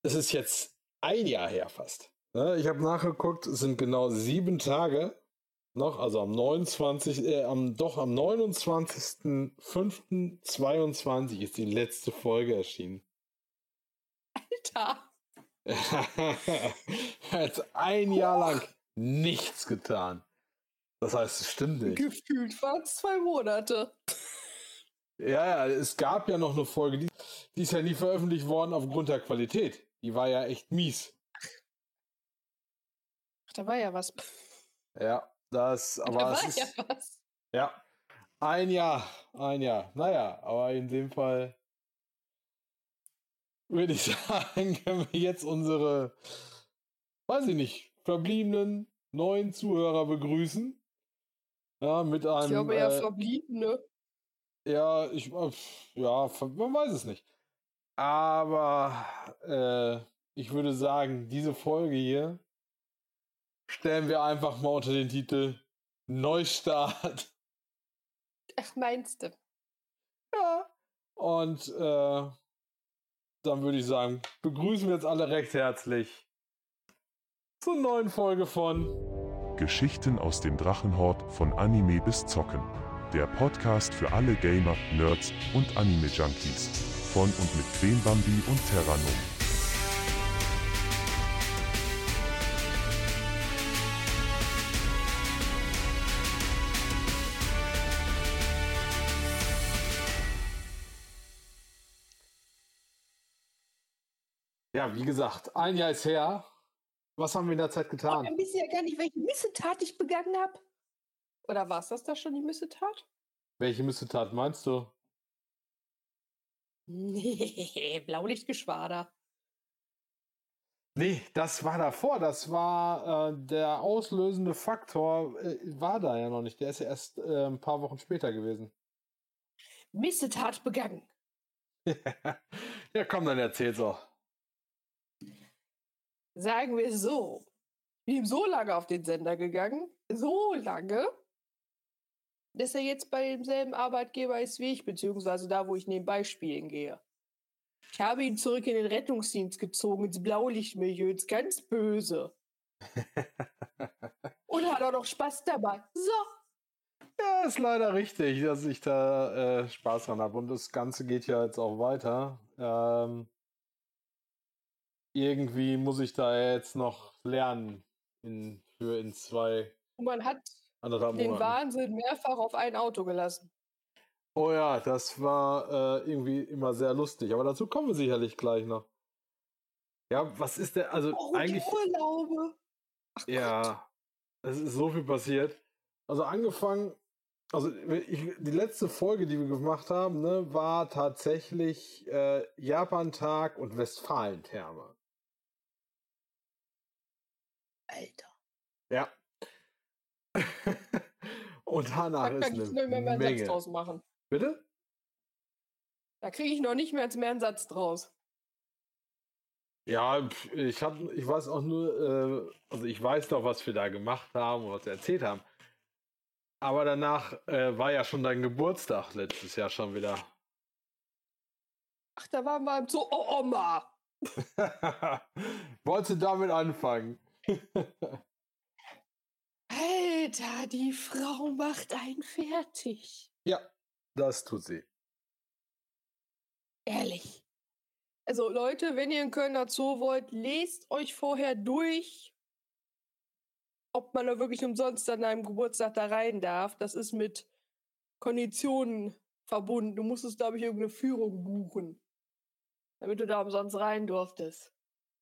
es ist jetzt ein Jahr her fast. Ne? Ich habe nachgeguckt, es sind genau 7 Tage noch, also am 29.05.22 ist die letzte Folge erschienen. Alter. Jetzt ein Jahr lang nichts getan. Das heißt, es stimmt nicht. Gefühlt waren es 2 Monate. Ja, es gab ja noch eine Folge, die ist ja nie veröffentlicht worden aufgrund der Qualität. Die war ja echt mies. Ach, da war ja was. Ja, das, aber Da es war ist, ja was. ja, ein Jahr. Naja, aber in dem Fall würde ich sagen, können wir jetzt unsere, weiß ich nicht, verbliebenen neuen Zuhörer begrüßen. Ja, mit einem. Ich glaube ja Verbliebene. Ja, man weiß es nicht. Aber ich würde sagen, diese Folge hier stellen wir einfach mal unter den Titel Neustart. Ach, meinst du? Ja. Und dann würde ich sagen, begrüßen wir jetzt alle recht herzlich zur neuen Folge von Geschichten aus dem Drachenhort von Anime bis Zocken. Der Podcast für alle Gamer, Nerds und Anime-Junkies. Von und mit Quenbambi und Terranum. Ja, wie gesagt, ein Jahr ist her. Was haben wir in der Zeit getan? Wir wissen ja gar nicht, welche Missetat ich begangen habe. Oder war es das da schon, die Missetat? Welche Missetat meinst du? Nee, Blaulichtgeschwader. Nee, das war davor. Das war der auslösende Faktor. War da ja noch nicht. Der ist ja erst ein paar Wochen später gewesen. Missetat begangen. Ja, komm, dann erzähl's auch. Sagen wir es so. Ich bin ihm so lange auf den Sender gegangen, so lange, dass er jetzt bei demselben Arbeitgeber ist wie ich, beziehungsweise da, wo ich nebenbei spielen gehe. Ich habe ihn zurück in den Rettungsdienst gezogen, ins Blaulichtmilieu, ins ganz Böse. Und hat auch noch Spaß dabei. So. Ja, ist leider richtig, dass ich da Spaß dran habe. Und das Ganze geht ja jetzt auch weiter. Irgendwie muss ich da jetzt noch lernen in 2 Und man hat anderthalb den Monaten. Wahnsinn mehrfach auf ein Auto gelassen. Oh ja, das war irgendwie immer sehr lustig. Aber dazu kommen wir sicherlich gleich noch. Ja, was ist der, also Oh, eigentlich... die Urlaube. Ach Ja, es ist so viel passiert. Also angefangen, die letzte Folge, die wir gemacht haben, ne, war tatsächlich Japantag und Westfalentherme. Alter. Ja. Und danach Da ist kann ich eine nicht mehr einen Satz Menge. draus machen. Bitte? Da kriege ich noch nicht mehr einen Satz draus. Ja, ich weiß auch nur, also ich weiß doch, was wir da gemacht haben und was wir erzählt haben. Aber danach war ja schon dein Geburtstag letztes Jahr schon wieder. Ach, da waren wir im Zoo. Oh, Oma. Wolltest du damit anfangen? Alter, die Frau macht einen fertig. Ja, das tut sie. Ehrlich. Also Leute, wenn ihr in Kölner Zoo wollt, lest euch vorher durch, ob man da wirklich umsonst an einem Geburtstag da rein darf. Das ist mit Konditionen verbunden. Du musstest, glaube ich, irgendeine Führung buchen, damit du da umsonst rein durftest.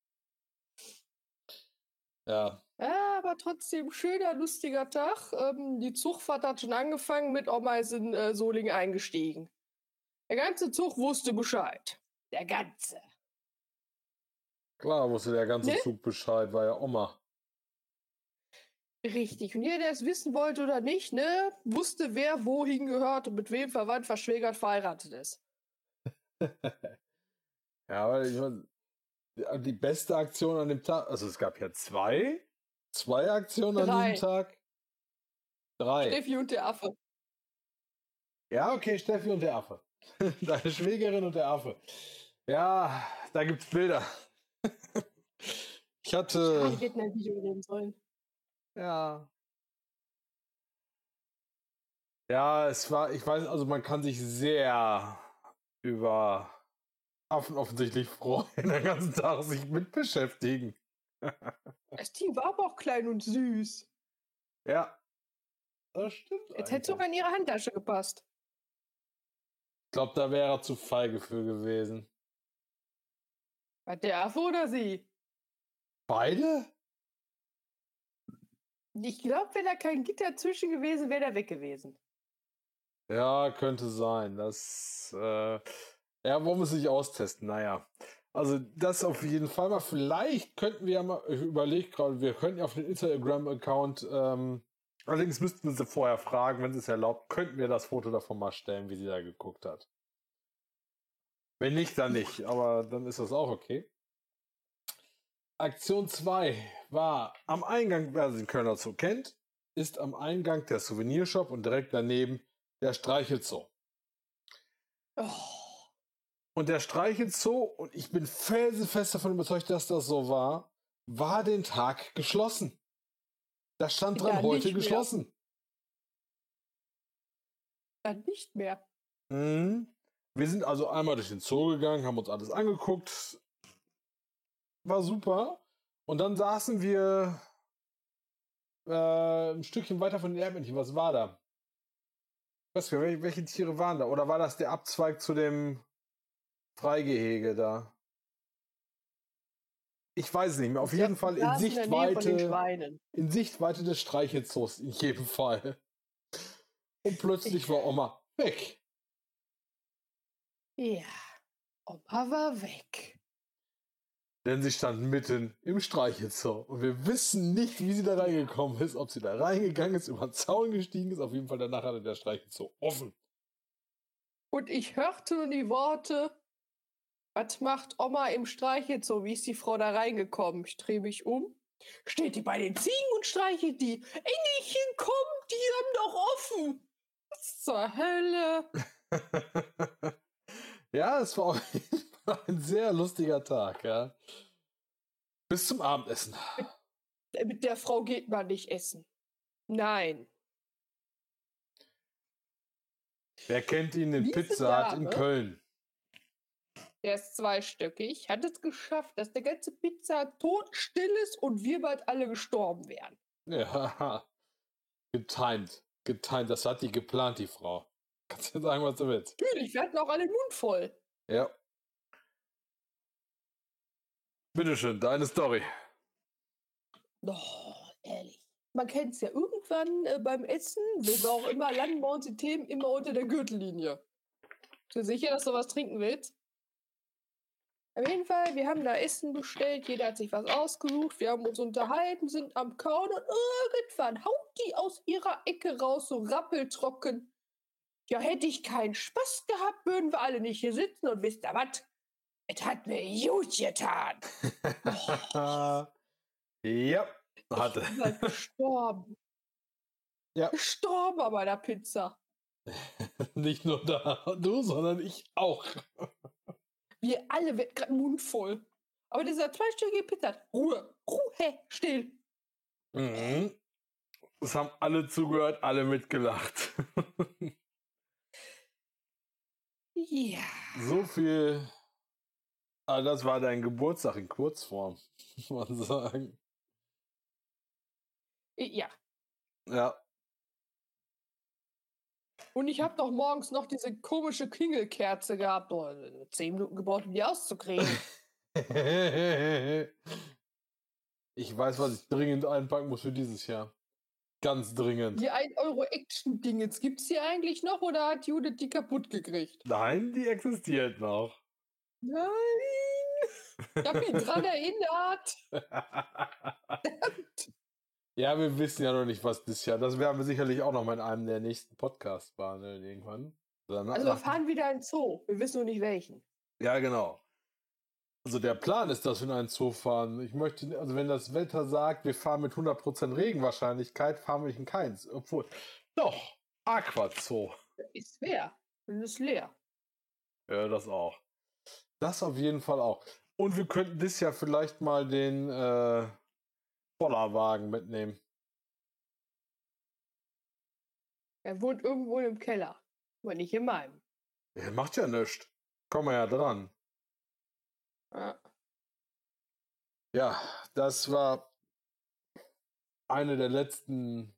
Ja. Ja, aber trotzdem schöner, lustiger Tag. Die Zugfahrt hat schon angefangen, mit Oma ist in Solingen eingestiegen. Der ganze Zug wusste Bescheid. Der ganze. Klar wusste der ganze Zug Bescheid, war ja Oma. Richtig. Und jeder, der es wissen wollte oder nicht, ne, wusste, wer wohin gehört und mit wem verwandt, verschwägert, verheiratet ist. Ja, aber ich meine, die beste Aktion an dem Tag, also es gab ja zwei Aktionen an diesem Tag. 3. Steffi und der Affe. Ja, okay, Steffi und der Affe. Deine Schwägerin und der Affe. Ja, da gibt's Bilder. Ich hatte. Die hätten ein Video nehmen sollen. Ja. Ja, es war, ich weiß, also man kann sich sehr über Affen offensichtlich freuen, den ganzen Tag sich mit beschäftigen. Das Team war aber auch klein und süß. Ja, das stimmt. Jetzt hätte es sogar in ihre Handtasche gepasst. Ich glaube, da wäre er zu feige für gewesen. War der Affe oder sie? Beide? Ich glaube, wenn da kein Gitter zwischen gewesen wäre, der weg gewesen. Ja, könnte sein. Ja, wollen wir es nicht austesten? Naja. Also das auf jeden Fall mal. Vielleicht könnten wir ja mal, ich überlege gerade, wir könnten ja auf den Instagram-Account, allerdings müssten wir sie vorher fragen, wenn sie es erlaubt, könnten wir das Foto davon mal stellen, wie sie da geguckt hat. Wenn nicht, dann nicht, aber dann ist das auch okay. Aktion 2 war am Eingang, wer den Kölner Zoo kennt, ist am Eingang der Souvenirshop und direkt daneben der Streichelzoo. Oh. Und der Streichelzoo, und ich bin felsenfest davon überzeugt, dass das so war den Tag geschlossen. Da stand dran, Ja, heute nicht mehr. geschlossen. Dann nicht mehr. Mhm. Wir sind also einmal durch den Zoo gegangen, haben uns alles angeguckt. War super. Und dann saßen wir ein Stückchen weiter von den Erdmännchen. Was war da? Was für welche Tiere waren da? Oder war das der Abzweig zu dem Freigehege da? Ich weiß es nicht mehr. Auf jeden Fall in Sichtweite des Streichelzoos. In jedem Fall. Und plötzlich war Oma weg. Ja, Oma war weg. Denn sie stand mitten im Streichelzoo. Und wir wissen nicht, wie sie da reingekommen ist. Ob sie da reingegangen ist, über den Zaun gestiegen ist. Auf jeden Fall danach hatte der Streichelzoo offen. Und ich hörte nur die Worte, was macht Oma im Streichelzoo? Wie ist die Frau da reingekommen? Ich drehe mich um. Steht die bei den Ziegen und streichelt die. Engelchen, komm, die haben doch offen. Was zur Hölle? Ja, es war auf jeden Fall ein sehr lustiger Tag, ja. Bis zum Abendessen. Mit der Frau geht man nicht essen. Nein. Wer kennt ihn, den Diese Pizza Hut in Dame? Köln? Der ist zweistöckig, hat es geschafft, dass der ganze Pizza totenstill ist und wir bald alle gestorben wären. Ja, getimed. Das hat die geplant, die Frau. Kannst du sagen, was du willst? Natürlich, wir hatten auch alle den Mund voll. Ja. Bitteschön, deine Story. Oh, ehrlich. Man kennt es ja irgendwann beim Essen, wo wir auch immer landen bei uns die Themen immer unter der Gürtellinie. Bist du sicher, dass du was trinken willst? Auf jeden Fall, wir haben da Essen bestellt, jeder hat sich was ausgesucht, wir haben uns unterhalten, sind am Kauen und irgendwann haut die aus ihrer Ecke raus, so rappeltrocken. Ja, hätte ich keinen Spaß gehabt, würden wir alle nicht hier sitzen und wisst ihr was? Es hat mir gut getan. Ja, hatte. Ich bin halt gestorben. Ja. Gestorben bei der Pizza. Nicht nur du, sondern ich auch. Wir alle werden gerade mundvoll. Aber dieser zweistöckige Pizza hat Ruhe, still. Mhm. Es haben alle zugehört, alle mitgelacht. Ja. So viel. Aber das war dein Geburtstag in Kurzform, muss man sagen. Ja. Ja. Und ich habe doch morgens noch diese komische Klingelkerze gehabt. 10 Minuten gebraucht, um die auszukriegen. Ich weiß, was ich dringend einpacken muss für dieses Jahr. Ganz dringend. Die 1 € Action-Dingens, gibt's die eigentlich noch oder hat Judith die kaputt gekriegt? Nein, die existiert noch. Nein! Ich hab ihn dran erinnert. Ja, wir wissen ja noch nicht, was das Jahr. Das werden wir sicherlich auch noch mal in einem der nächsten Podcasts behandeln irgendwann. Also wir fahren wieder in den Zoo. Wir wissen nur nicht welchen. Ja, genau. Also der Plan ist, dass wir in einen Zoo fahren. Ich möchte, also wenn das Wetter sagt, wir fahren mit 100% Regenwahrscheinlichkeit, fahren wir nicht in keins. Obwohl, doch, Aquazoo. Ist leer. Und ist leer. Ja, das auch. Das auf jeden Fall auch. Und wir könnten das Jahr vielleicht mal den Bollerwagen mitnehmen. Er wohnt irgendwo im Keller. Aber nicht in meinem. Ja, macht ja nichts. Kommen wir ja dran. Ja. Ja, das war eine der letzten.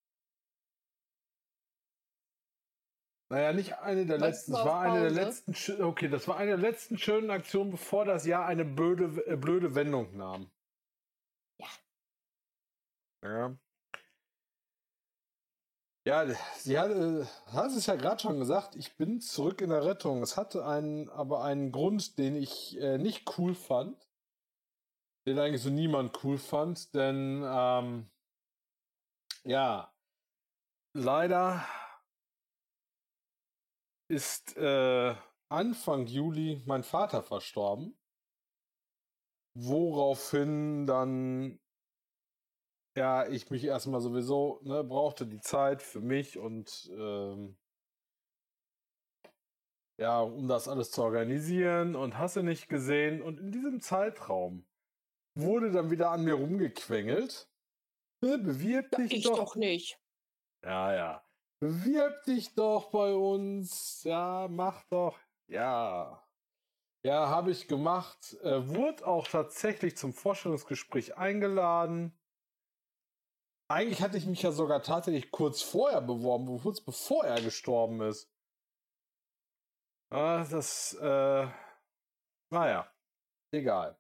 Naja, nicht eine der letzten. Es war eine der letzten. Okay, das war eine der letzten schönen Aktionen, bevor das Jahr eine blöde Wendung nahm. Ja. Ja. Ja, sie hat es ja gerade schon gesagt, ich bin zurück in der Rettung. Es hatte aber einen Grund, den ich nicht cool fand. Den eigentlich so niemand cool fand, denn ja, leider ist Anfang Juli mein Vater verstorben, woraufhin dann ja ich mich erstmal sowieso brauchte die Zeit für mich und ja, um das alles zu organisieren und hast nicht gesehen. Und in diesem Zeitraum wurde dann wieder an mir rumgequengelt. Bewirb dich Ich doch. doch nicht. Ja. Bewirb dich doch bei uns. Ja, mach doch. Ja. Ja, habe ich gemacht. Wurde auch tatsächlich zum Vorstellungsgespräch eingeladen. Eigentlich hatte ich mich ja sogar tatsächlich kurz vorher beworben, kurz bevor er gestorben ist. Naja, egal.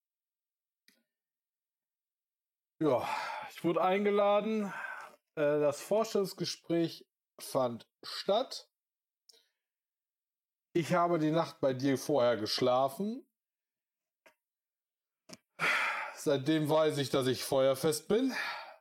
Ja, ich wurde eingeladen. Das Vorstellungsgespräch fand statt. Ich habe die Nacht bei dir vorher geschlafen. Seitdem weiß ich, dass ich feuerfest bin.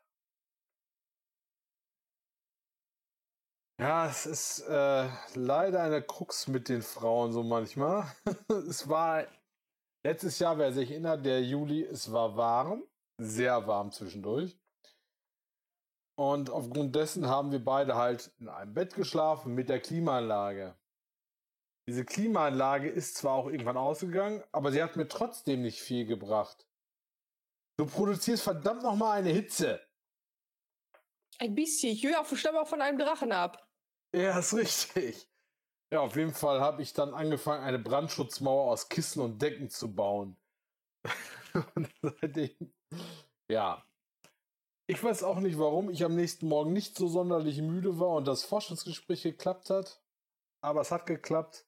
Ja, es ist leider eine Krux mit den Frauen so manchmal. Es war letztes Jahr, wer sich erinnert, der Juli, es war warm, sehr warm zwischendurch. Und aufgrund dessen haben wir beide halt in einem Bett geschlafen mit der Klimaanlage. Diese Klimaanlage ist zwar auch irgendwann ausgegangen, aber sie hat mir trotzdem nicht viel gebracht. Du produzierst verdammt nochmal eine Hitze. Ein bisschen. Ich höre auf den Stamm von einem Drachen ab. Ja, ist richtig. Ja, auf jeden Fall habe ich dann angefangen, eine Brandschutzmauer aus Kissen und Decken zu bauen. Und seitdem, ja. Ich weiß auch nicht, warum ich am nächsten Morgen nicht so sonderlich müde war und das Forschungsgespräch geklappt hat. Aber es hat geklappt.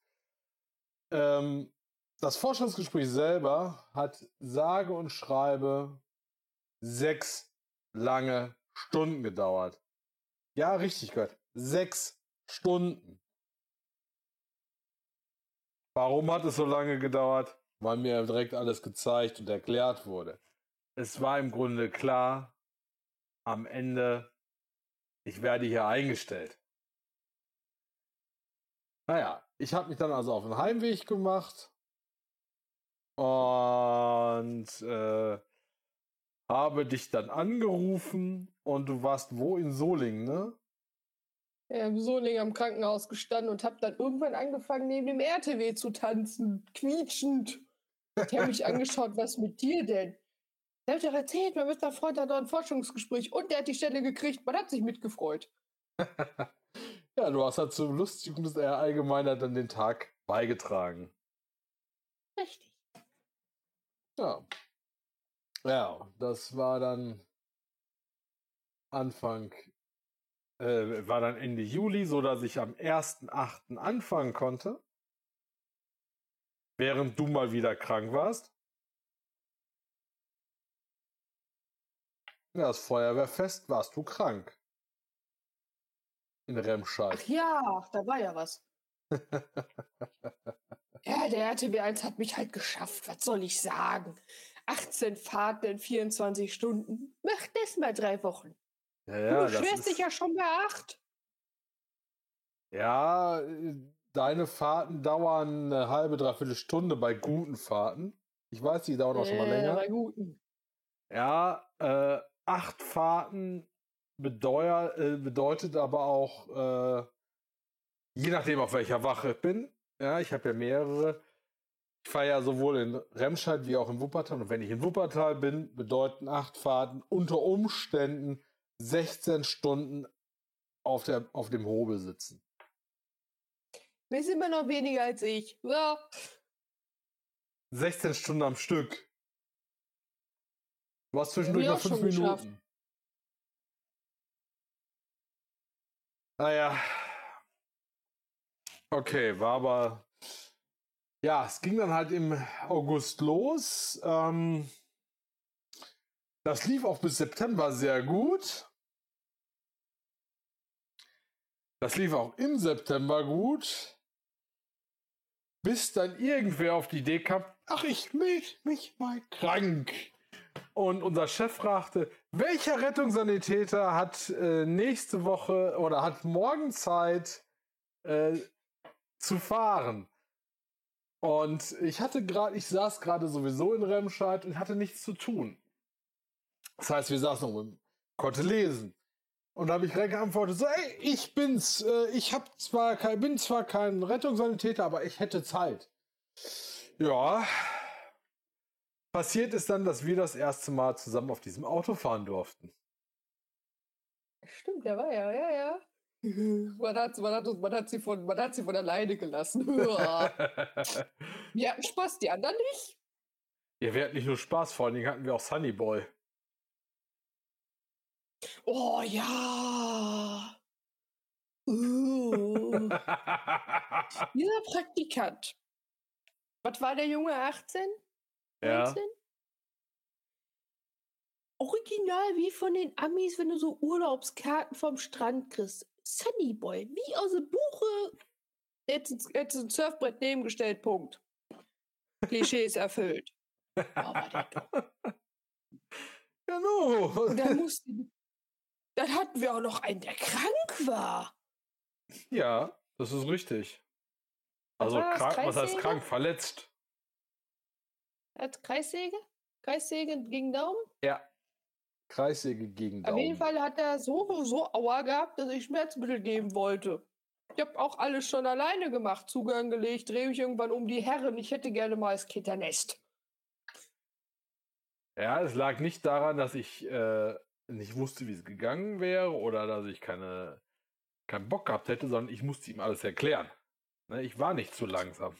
Das Forschungsgespräch selber hat sage und schreibe 6 lange Stunden gedauert. Ja, richtig gehört. 6 Stunden. Warum hat es so lange gedauert? Weil mir direkt alles gezeigt und erklärt wurde. Es war im Grunde klar, am Ende, ich werde hier eingestellt. Naja, ich habe mich dann also auf den Heimweg gemacht und habe dich dann angerufen und du warst wo in Solingen, ne? Ja, im Solingen am Krankenhaus gestanden und habe dann irgendwann angefangen, neben dem RTW zu tanzen, quietschend. Die haben mich angeschaut, was mit dir denn? Der hat doch erzählt, mein bester Freund hat da ein Forschungsgespräch und der hat die Stelle gekriegt. Man hat sich mitgefreut. Ja, du hast halt zur Belustigung des Allgemeinheit an den Tag beigetragen. Richtig. Ja. Ja, das war dann war dann Ende Juli, so dass ich am 1.8. anfangen konnte. Während du mal wieder krank warst. Ja, das Feuerwehrfest warst du krank. In Remscheid. Ach ja, da war ja was. Ja, der RTW 1 hat mich halt geschafft. Was soll ich sagen? 18 Fahrten in 24 Stunden. Mach das mal 3 Wochen. Ja, du beschwerst dich ja schon bei 8. Ja, deine Fahrten dauern eine halbe, dreiviertel Stunde bei guten Fahrten. Ich weiß, die dauern auch schon mal länger. Bei guten. Ja, 8 Fahrten bedeutet aber auch, je nachdem, auf welcher Wache ich bin, ja, ich habe ja mehrere, Ich fahre ja sowohl in Remscheid wie auch in Wuppertal. Und wenn ich in Wuppertal bin, bedeuten 8 Fahrten unter Umständen 16 Stunden auf dem Hobel sitzen. Bist immer noch weniger als ich. So. 16 Stunden am Stück. Du hast zwischendurch Hab noch ich auch 5 schon geschafft. Minuten. Naja. Okay, war aber... Ja, es ging dann halt im August los. Das lief auch bis September sehr gut. Das lief auch im September gut. Bis dann irgendwer auf die Idee kam, ach, ich melde mich mal krank. Und unser Chef fragte, welcher Rettungssanitäter hat nächste Woche oder hat morgen Zeit zu fahren? Und ich saß gerade sowieso in Remscheid und hatte nichts zu tun. Das heißt, wir saßen und konnte lesen. Und da habe ich direkt geantwortet, so, ey, ich bin's. Ich bin zwar kein Rettungssanitäter, aber ich hätte Zeit. Ja. Passiert ist dann, dass wir das erste Mal zusammen auf diesem Auto fahren durften. Stimmt, der war ja. Man hat sie von alleine gelassen. Wir hatten Spaß, die anderen nicht. Ja, wir hatten nicht nur Spaß, vor allen Dingen hatten wir auch Sunny Boy. Oh ja. Dieser Praktikant. Was war der Junge? 18? 19? Ja. Original wie von den Amis, wenn du so Urlaubskarten vom Strand kriegst. Sunny Boy, wie aus dem Buche. Jetzt ein Surfbrett nebengestellt, Punkt. Klischees erfüllt. Oh, war der dumm. Genau. Und dann hatten wir auch noch einen, der krank war. Ja, das ist richtig. Also krank, was heißt krank? Verletzt. Als Kreissäge? Kreissäge gegen Daumen? Ja. Kreissäge gegen Daumen. Auf jeden Fall hat er so Aua gehabt, dass ich Schmerzmittel geben wollte. Ich habe auch alles schon alleine gemacht. Zugang gelegt, drehe mich irgendwann um die Herren. Ich hätte gerne mal das Gitternest. Ja, es lag nicht daran, dass ich nicht wusste, wie es gegangen wäre oder dass ich keinen Bock gehabt hätte, sondern ich musste ihm alles erklären. Ne, ich war nicht zu langsam.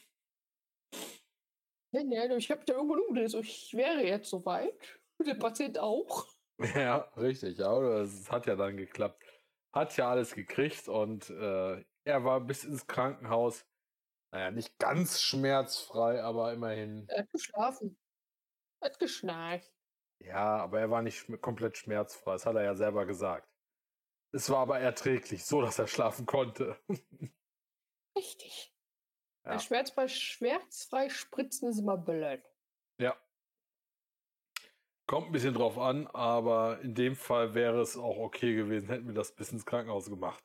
Ja, ich habe da irgendwann umgedreht. Ich wäre jetzt soweit. Der Patient auch. Ja, richtig. Ja, das hat ja dann geklappt. Hat ja alles gekriegt und er war bis ins Krankenhaus. Naja, nicht ganz schmerzfrei, aber immerhin. Er hat geschlafen. Hat geschnarcht. Ja, aber er war nicht komplett schmerzfrei. Das hat er ja selber gesagt. Es war aber erträglich, so dass er schlafen konnte. Richtig. Ja. Schmerzfrei spritzen ist immer blöd. Ja. Kommt ein bisschen drauf an, aber in dem Fall wäre es auch okay gewesen, hätten wir das bis ins Krankenhaus gemacht.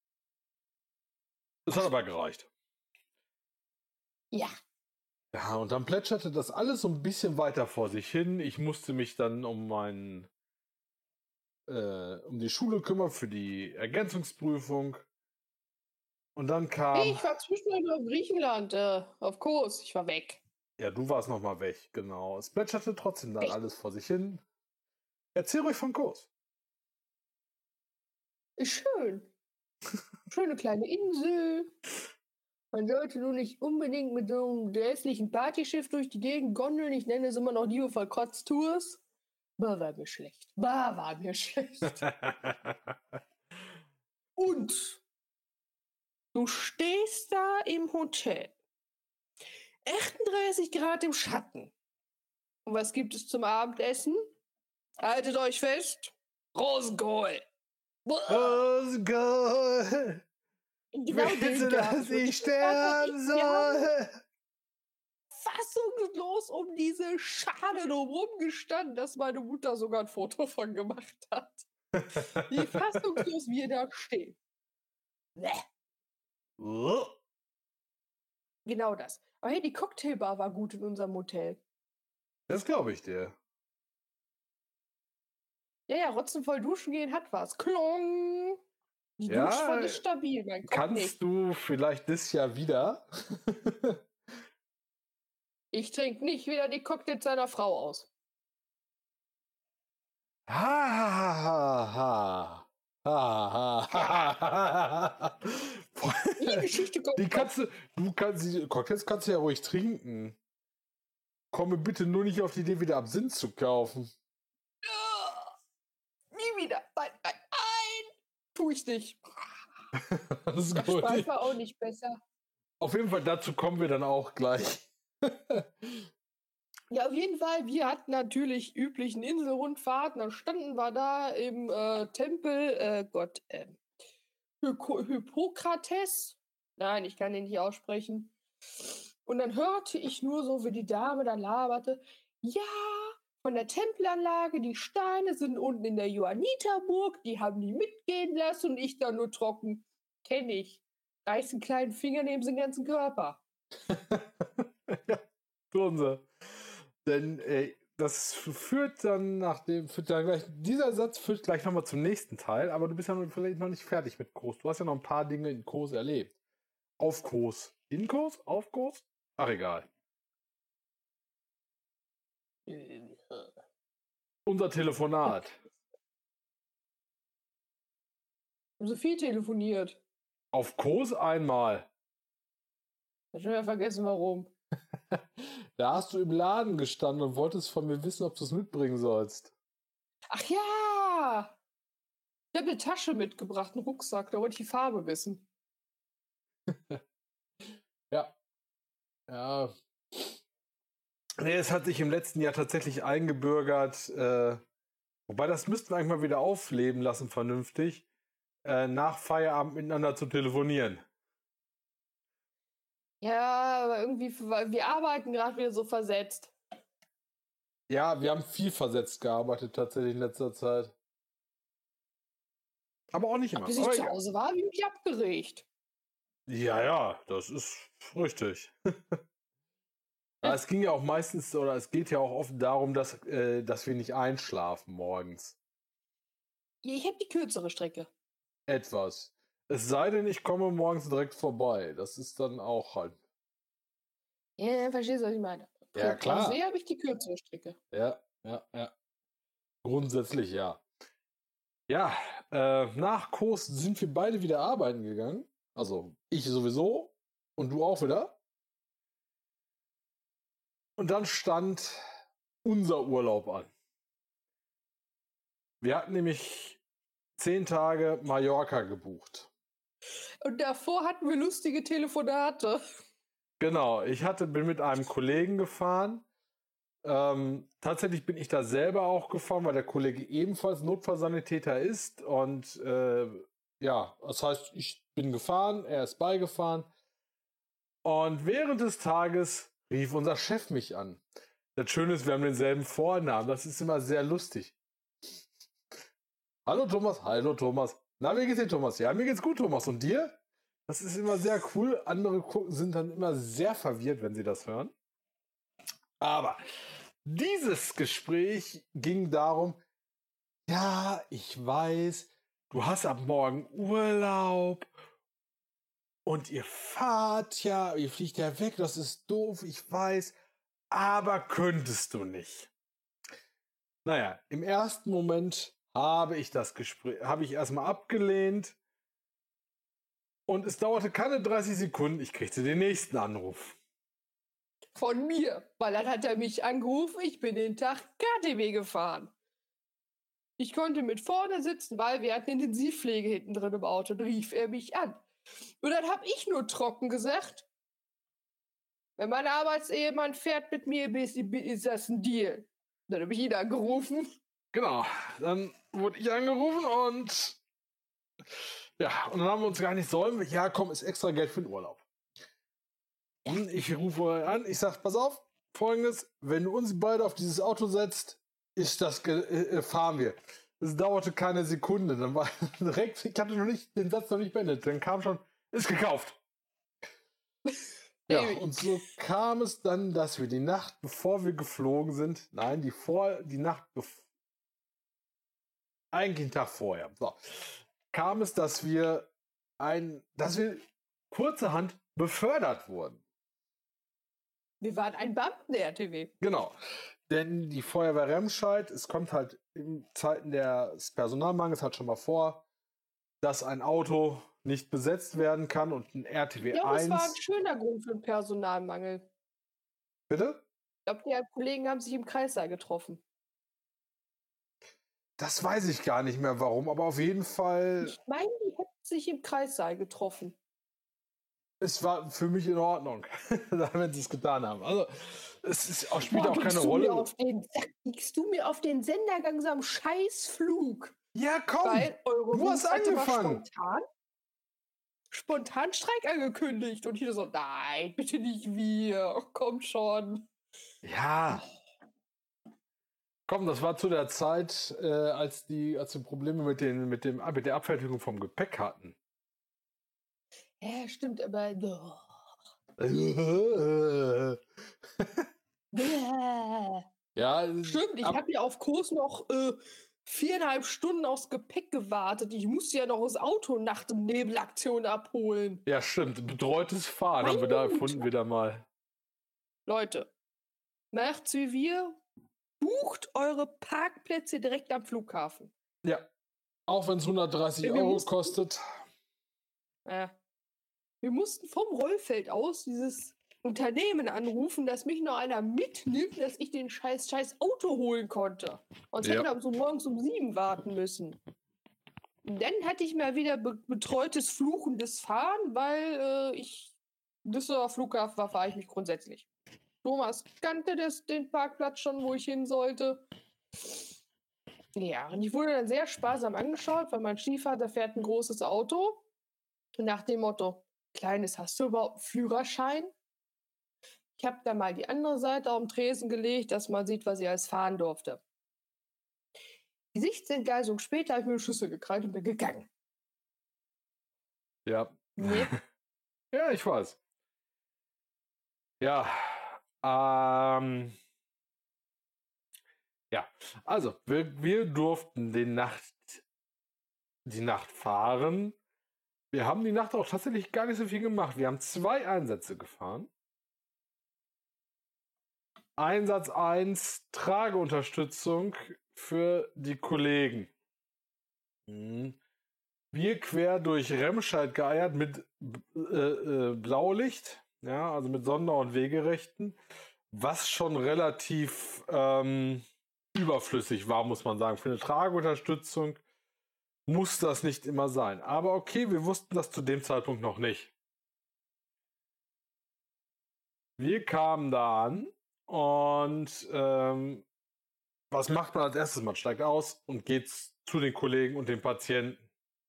Es hat aber gereicht. Ja. Ja, und dann plätscherte das alles so ein bisschen weiter vor sich hin. Ich musste mich dann um die Schule kümmern für die Ergänzungsprüfung. Und dann kam... Ich war zwischendurch auf Griechenland, auf Kurs. Ich war weg. Ja, du warst nochmal weg, genau. Es plätscherte trotzdem dann alles vor sich hin. Erzähl ruhig von Kurs. Ist schön. Schöne kleine Insel. Man sollte nur nicht unbedingt mit so einem grässlichen Partyschiff durch die Gegend gondeln. Ich nenne es immer noch liebevoll Kotztours. War mir schlecht. War mir schlecht. Und du stehst da im Hotel. 38 Grad im Schatten. Und was gibt es zum Abendessen? Haltet euch fest. Rosenkohl. Rosenkohl. Genau, willst du, dass ich sterben soll? Fassungslos um diese Schale drumherum gestanden, dass meine Mutter sogar ein Foto von gemacht hat. Wie fassungslos wir da stehen. Genau das. Aber hey, die Cocktailbar war gut in unserem Hotel. Das glaube ich dir. Ja, rotzenvoll duschen gehen hat was. Klong! Die Ja, Duschwanne ist stabil, mein Kopf kannst nicht. du vielleicht dieses Jahr wieder? Ich trinke nicht wieder die Cocktails seiner Frau aus. Ha, ha, ha, ha. Die Geschichte kommt. Die Cocktails kannst du ja ruhig trinken. Komme bitte nur nicht auf die Idee, wieder Absinth zu kaufen. Nie wieder. Nein. Tu ich nicht. Das ist Der gut. Speis war auch nicht besser. Auf jeden Fall, dazu kommen wir dann auch gleich. Ja, auf jeden Fall. Wir hatten natürlich üblichen Inselrundfahrten. Dann standen wir da im Tempel, Hippokrates. Nein, ich kann den nicht aussprechen. Und dann hörte ich nur so, wie die Dame dann laberte. Ja, von der Tempelanlage, die Steine sind unten in der Johanniterburg. Die haben die mitgehen lassen und ich dann nur trocken. Kenn ich. Reißt einen kleinen Finger neben den ganzen Körper. Ja, tun sie. Denn das führt dann gleich, dieser Satz führt gleich nochmal zum nächsten Teil, aber du bist ja vielleicht noch nicht fertig mit Kos. Du hast ja noch ein paar Dinge in Kos erlebt. Auf Kos. In Kos? Auf Kos? Ach, egal. Unser Telefonat. Haben so viel telefoniert. Auf Kos einmal. Ich hab schon wieder vergessen, warum. Da hast du im Laden gestanden und wolltest von mir wissen, ob du es mitbringen sollst. Ach ja! Ich habe eine Tasche mitgebracht, einen Rucksack, da wollte ich die Farbe wissen. Ja. Ja. Nee, es hat sich im letzten Jahr tatsächlich eingebürgert, wobei das müssten wir eigentlich mal wieder aufleben lassen, vernünftig, nach Feierabend miteinander zu telefonieren. Ja, aber irgendwie, weil wir arbeiten gerade wieder so versetzt. Ja, wir haben viel versetzt gearbeitet tatsächlich in letzter Zeit. Aber auch nicht immer. Bis ich zu Hause war, habe ich mich abgeregt. Ja, das ist richtig. Es ging ja auch meistens, oder es geht ja auch oft darum, dass wir nicht einschlafen morgens. Ja, ich habe die kürzere Strecke. Etwas. Es sei denn, ich komme morgens direkt vorbei. Das ist dann auch halt. Ja, verstehst du, was ich meine? Ja, klar. Also habe ich die kürzere Strecke. Ja. Grundsätzlich ja. Ja, nach Kurs sind wir beide wieder arbeiten gegangen. Also ich sowieso und du auch wieder. Und dann stand unser Urlaub an. Wir hatten nämlich 10 Tage Mallorca gebucht. Und davor hatten wir lustige Telefonate. Genau, bin mit einem Kollegen gefahren. Tatsächlich bin ich da selber auch gefahren, weil der Kollege ebenfalls Notfallsanitäter ist. Und das heißt, ich bin gefahren, er ist beigefahren. Und während des Tages rief unser Chef mich an. Das Schöne ist, wir haben denselben Vornamen. Das ist immer sehr lustig. Hallo Thomas. Na, wie geht's dir, Thomas? Ja, mir geht's gut, Thomas. Und dir? Das ist immer sehr cool. Andere sind dann immer sehr verwirrt, wenn sie das hören. Aber dieses Gespräch ging darum, ja, ich weiß, du hast ab morgen Urlaub und ihr fliegt ja weg, das ist doof, ich weiß, aber könntest du nicht. Naja, im ersten Moment habe ich erstmal abgelehnt und es dauerte keine 30 Sekunden, ich kriegte den nächsten Anruf. Von mir, weil dann hat er mich angerufen, ich bin den Tag KTW gefahren. Ich konnte mit vorne sitzen, weil wir hatten Intensivpflege hinten drin im Auto, dann rief er mich an. Und dann habe ich nur trocken gesagt, wenn mein Arbeitsehemann fährt mit mir, ist das ein Deal. Dann habe ich ihn angerufen. Genau, dann wurde ich angerufen und dann haben wir uns gar nicht sollen. Ja, komm, ist extra Geld für den Urlaub. Ich rufe an, ich sage, pass auf, Folgendes, wenn du uns beide auf dieses Auto setzt, fahren wir. Es dauerte keine Sekunde, dann war direkt, ich hatte den Satz noch nicht beendet, dann kam schon, ist gekauft. Ja, und so kam es dann, dass wir die Nacht, bevor wir geflogen sind, eigentlich einen Tag vorher, kam es, dass wir kurzerhand befördert wurden. Wir waren ein Beamten-RTW. Genau. Denn die Feuerwehr Remscheid, es kommt halt in Zeiten des Personalmangels halt schon mal vor, dass ein Auto nicht besetzt werden kann und ein RTW Ja, das war ein 1. schöner Grund für den Personalmangel. Bitte? Ich glaube, die Kollegen haben sich im Kreissaal getroffen. Das weiß ich gar nicht mehr warum, aber auf jeden Fall, Ich meine, die hätten sich im Kreissaal getroffen. es war für mich in Ordnung, wenn sie es getan haben. Also, spielt Boah, auch keine gingst du mir Rolle. auf den Sack, gingst du mir auf den Sender so am Scheißflug? Ja, komm! Weil eure Du hast Seite war angefangen. spontan Streik angekündigt. Und hier so, nein, bitte nicht wir. Ach, komm schon. Ja. Komm, das war zu der Zeit, als wir Probleme mit der Abfertigung vom Gepäck hatten. Ja, stimmt, aber. Ja, Stimmt, ich habe ja auf Kurs noch 4,5 Stunden aufs Gepäck gewartet. Ich musste ja noch das Auto nach der Nebelaktion abholen. ja, stimmt. Betreutes Fahren haben wir Meine da Güte. erfunden wieder mal. Leute, macht's wie wir. Bucht eure Parkplätze direkt am Flughafen. Ja. Auch wenn es 130 Wir Euro mussten- kostet. Wir mussten vom Rollfeld aus dieses Unternehmen anrufen, dass mich noch einer mitnimmt, dass ich den scheiß Auto holen konnte. Sonst hätten wir so morgens um 7 warten müssen. Und dann hatte ich mal wieder betreutes fluchendes Fahren, weil Düsseldorfer Flughafen war, fahre ich mich grundsätzlich. Thomas kannte den Parkplatz schon, wo ich hin sollte. Ja, und ich wurde dann sehr sparsam angeschaut, weil mein Stiefvater fährt ein großes Auto. Nach dem Motto, Kleines, hast du überhaupt einen Führerschein? Ich habe da mal die andere Seite auf den Tresen gelegt, dass man sieht, was ich alles fahren durfte. Gesichtsentgleisung später habe ich mir eine Schüssel gekreidet und bin gegangen. Ja. Nee. Ja, ich weiß. Ja. Ja, also, wir durften die Nacht fahren. Wir haben die Nacht auch tatsächlich gar nicht so viel gemacht. Wir haben 2 Einsätze gefahren. Einsatz 1, Trageunterstützung für die Kollegen. Wir quer durch Remscheid geeiert mit Blaulicht, ja, also mit Sonder- und Wegerechten, was schon relativ überflüssig war, muss man sagen. Für eine Trageunterstützung muss das nicht immer sein. Aber okay, wir wussten das zu dem Zeitpunkt noch nicht. Wir kamen da an und was macht man als erstes? Man steigt aus und geht zu den Kollegen und den Patienten.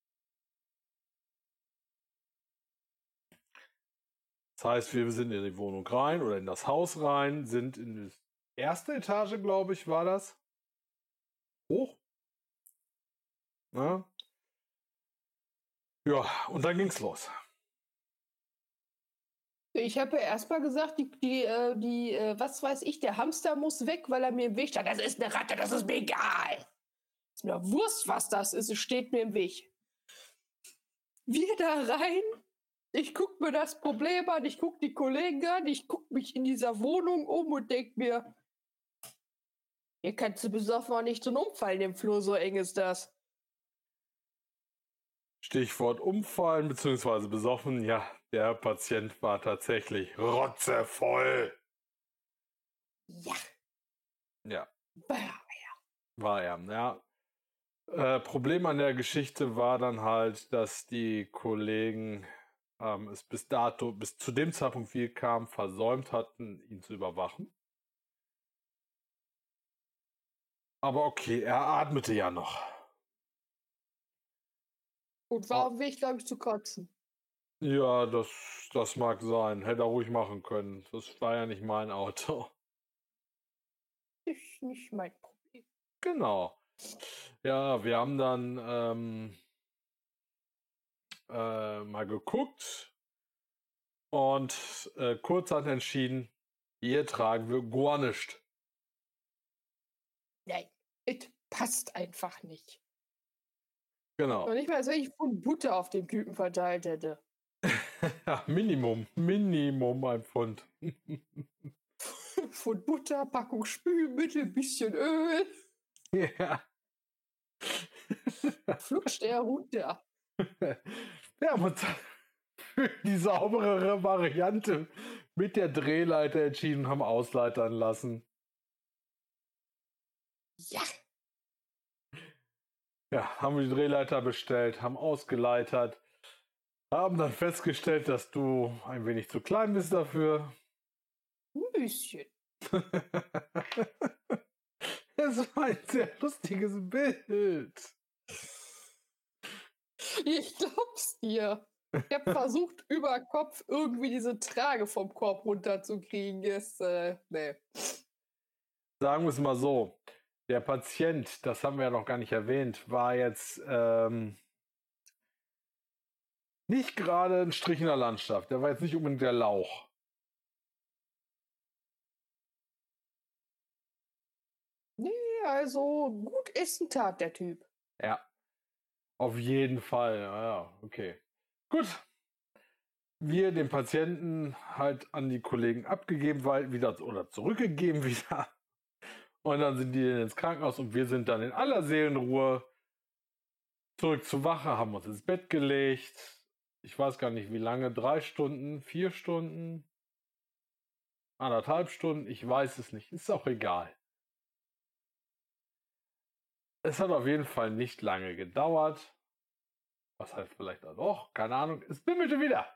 Das heißt, wir sind in die Wohnung rein oder in das Haus rein, sind in die erste Etage, glaube ich, war das. Hoch. Ja, und dann ging's los. Ich habe ja erstmal gesagt, was weiß ich, der Hamster muss weg, weil er mir im Weg stand. Das ist eine Ratte, das ist mir egal. Ist mir Wurst, was das ist, es steht mir im Weg. Wir da rein, ich gucke mir das Problem an, ich gucke die Kollegen an, ich gucke mich in dieser Wohnung um und denke mir, hier kannst du besoffen auch nicht zum Umfallen im Flur, so eng ist das. Stichwort umfallen bzw. besoffen. Ja, der Patient war tatsächlich rotzevoll. Ja. Ja, Bah. war er. Ja. Problem an der Geschichte war dann halt, dass die Kollegen es bis zu dem Zeitpunkt, wie er kam, versäumt hatten, ihn zu überwachen. Aber okay, er atmete ja noch. Und war auf dem Weg, glaube ich, zu kotzen. Ja, das mag sein. Hätte er ruhig machen können. Das war ja nicht mein Auto. Ist nicht mein Problem. Genau. Ja, wir haben dann mal geguckt und kurzerhand entschieden, hier tragen wir gar nicht. Nein, es passt einfach nicht. Genau. Und nicht mal, als wenn ich von Butter auf den Typen verteilt hätte. Ja, Minimum ein Pfund. Packung von Butter, Packung Spülmittel, bisschen Öl. Ja. Flutscht er runter. Wir haben uns für die sauberere Variante mit der Drehleiter entschieden und haben ausleitern lassen. Ja. Ja, haben wir die Drehleiter bestellt, haben ausgeleitert, haben dann festgestellt, dass du ein wenig zu klein bist dafür. Ein bisschen. Es war ein sehr lustiges Bild. Ich glaub's dir. Ich habe versucht, über Kopf irgendwie diese Trage vom Korb runterzukriegen. Nee. Sagen wir es mal so, der Patient, das haben wir ja noch gar nicht erwähnt, war jetzt nicht gerade ein Strich in der Landschaft. Der war jetzt nicht unbedingt der Lauch. Nee, also gut essen tat der Typ. Ja, auf jeden Fall. Ja, okay. Gut. Wir den Patienten halt an die Kollegen abgegeben, weil wieder oder zurückgegeben wieder. Und dann sind die ins Krankenhaus und wir sind dann in aller Seelenruhe zurück zur Wache, haben uns ins Bett gelegt. Ich weiß gar nicht wie lange, 3 Stunden, 4 Stunden, 1,5 Stunden, ich weiß es nicht, ist auch egal. Es hat auf jeden Fall nicht lange gedauert. Was heißt vielleicht auch, keine Ahnung, es bimmelte wieder.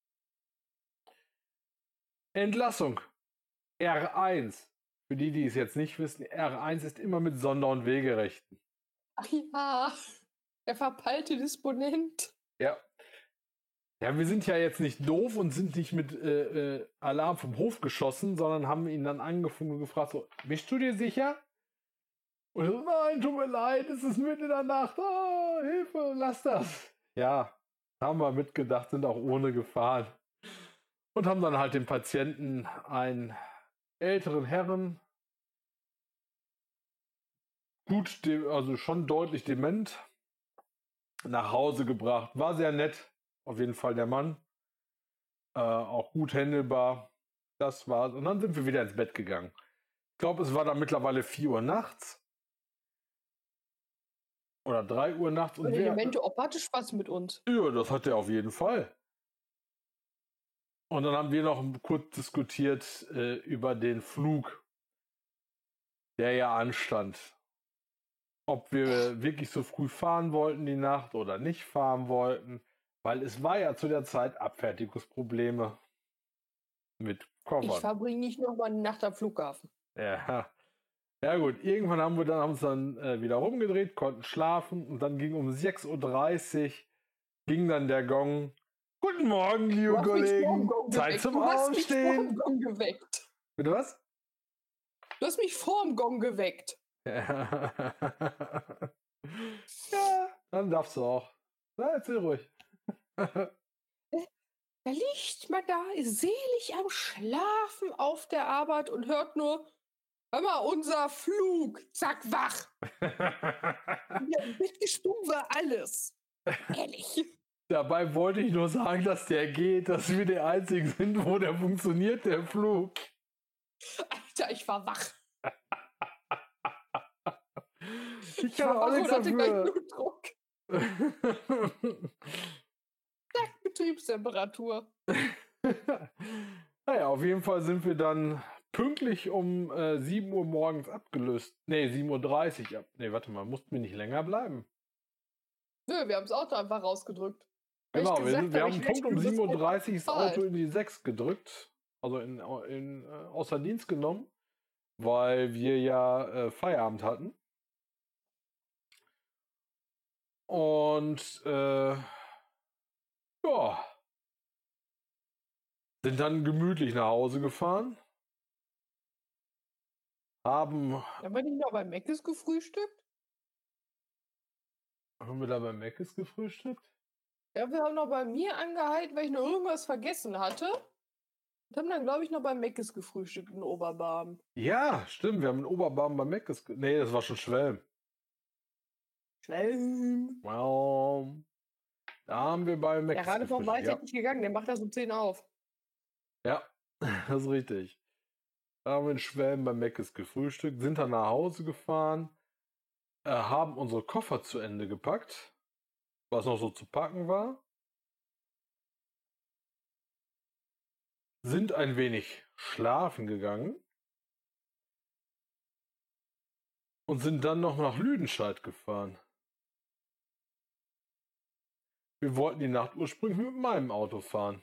Entlassung. R1. Für die, die es jetzt nicht wissen, R1 ist immer mit Sonder- und Wegerechten. Ach ja, der verpeilte Disponent. Ja. Ja, wir sind ja jetzt nicht doof und sind nicht mit Alarm vom Hof geschossen, sondern haben ihn dann angefangen und gefragt, so, bist du dir sicher? Und er so, nein, tut mir leid, es ist mitten in der Nacht, oh, Hilfe, lass das. Ja, haben wir mitgedacht, sind auch ohne gefahren. Und haben dann halt den Patienten, einen älteren Herren, gut, also schon deutlich dement, nach Hause gebracht. War sehr nett, auf jeden Fall der Mann. Auch gut händelbar. Das war's. Und dann sind wir wieder ins Bett gegangen. Ich glaube, es war dann mittlerweile 4 Uhr nachts. Oder 3 Uhr nachts. Und der demente Opa hatte Spaß mit uns. Ja, das hat er auf jeden Fall. Und dann haben wir noch kurz diskutiert über den Flug, der ja anstand. Ob wir wirklich so früh fahren wollten die Nacht oder nicht fahren wollten. Weil es war ja zu der Zeit Abfertigungsprobleme mit Koffern. Ich verbringe nicht noch mal eine Nacht am Flughafen. Ja. Ja gut, irgendwann haben wir uns dann wieder rumgedreht, konnten schlafen und dann ging um 6:30 Uhr ging dann der Gong. Guten Morgen, liebe Kollegen. Zeit zum Aufstehen. Du hast mich vorm Gong geweckt. Bitte was? Du hast mich vorm Gong geweckt. Ja, dann darfst du auch. Na, erzähl ruhig. Da liegt man da, ist selig am Schlafen auf der Arbeit und hört nur, hör mal, unser Flug, zack, wach. Ja, mitgesprungen war alles. Ehrlich. Dabei wollte ich nur sagen, dass der geht, dass wir die Einzigen sind, wo der funktioniert, der Flug. Alter, ich war wach. Ich kann auch nichts hatte gleich dafür. Blutdruck. Betriebstemperatur. Naja, auf jeden Fall sind wir dann pünktlich um 7 Uhr morgens abgelöst. Ne, 7:30 Uhr. Ne, warte mal, mussten wir nicht länger bleiben? Nö, wir haben das Auto einfach rausgedrückt. Genau, wir haben Punkt um 7:30 Uhr das Auto in die 6 gedrückt. Also außer Dienst genommen, weil wir ja Feierabend hatten. Und ja, sind dann gemütlich nach Hause gefahren. Haben wir nicht noch bei Mc's gefrühstückt? Haben wir da bei Mc's gefrühstückt? Ja, wir haben noch bei mir angehalten, weil ich noch irgendwas vergessen hatte. Und haben dann, glaube ich, noch bei Mc's gefrühstückt in Oberbarm. Ja, stimmt. Wir haben in Oberbarm bei Mc's. Nee, das war schon Schwelm. Schwelm. Wow. Da haben wir bei Mc's. Der gerade vom Wald ist nicht gegangen, der macht das um 10 auf. Ja, das ist richtig. haben in Schwelm bei Meckes gefrühstückt, sind dann nach Hause gefahren, haben unsere Koffer zu Ende gepackt, was noch so zu packen war, sind ein wenig schlafen gegangen und sind dann noch nach Lüdenscheid gefahren. Wir wollten die Nacht ursprünglich mit meinem Auto fahren.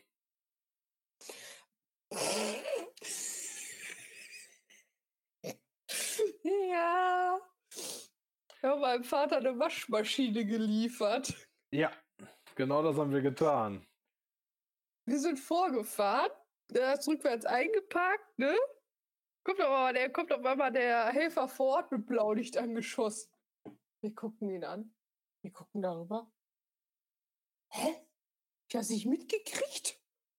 Ja. Ich habe meinem Vater eine Waschmaschine geliefert. Ja, genau das haben wir getan. Wir sind vorgefahren, der ist rückwärts eingeparkt, ne? Kommt auf einmal der Helfer vor Ort mit Blaulicht angeschossen. Wir gucken ihn an. Wir gucken darüber. Hä? Ich hab's nicht mitgekriegt.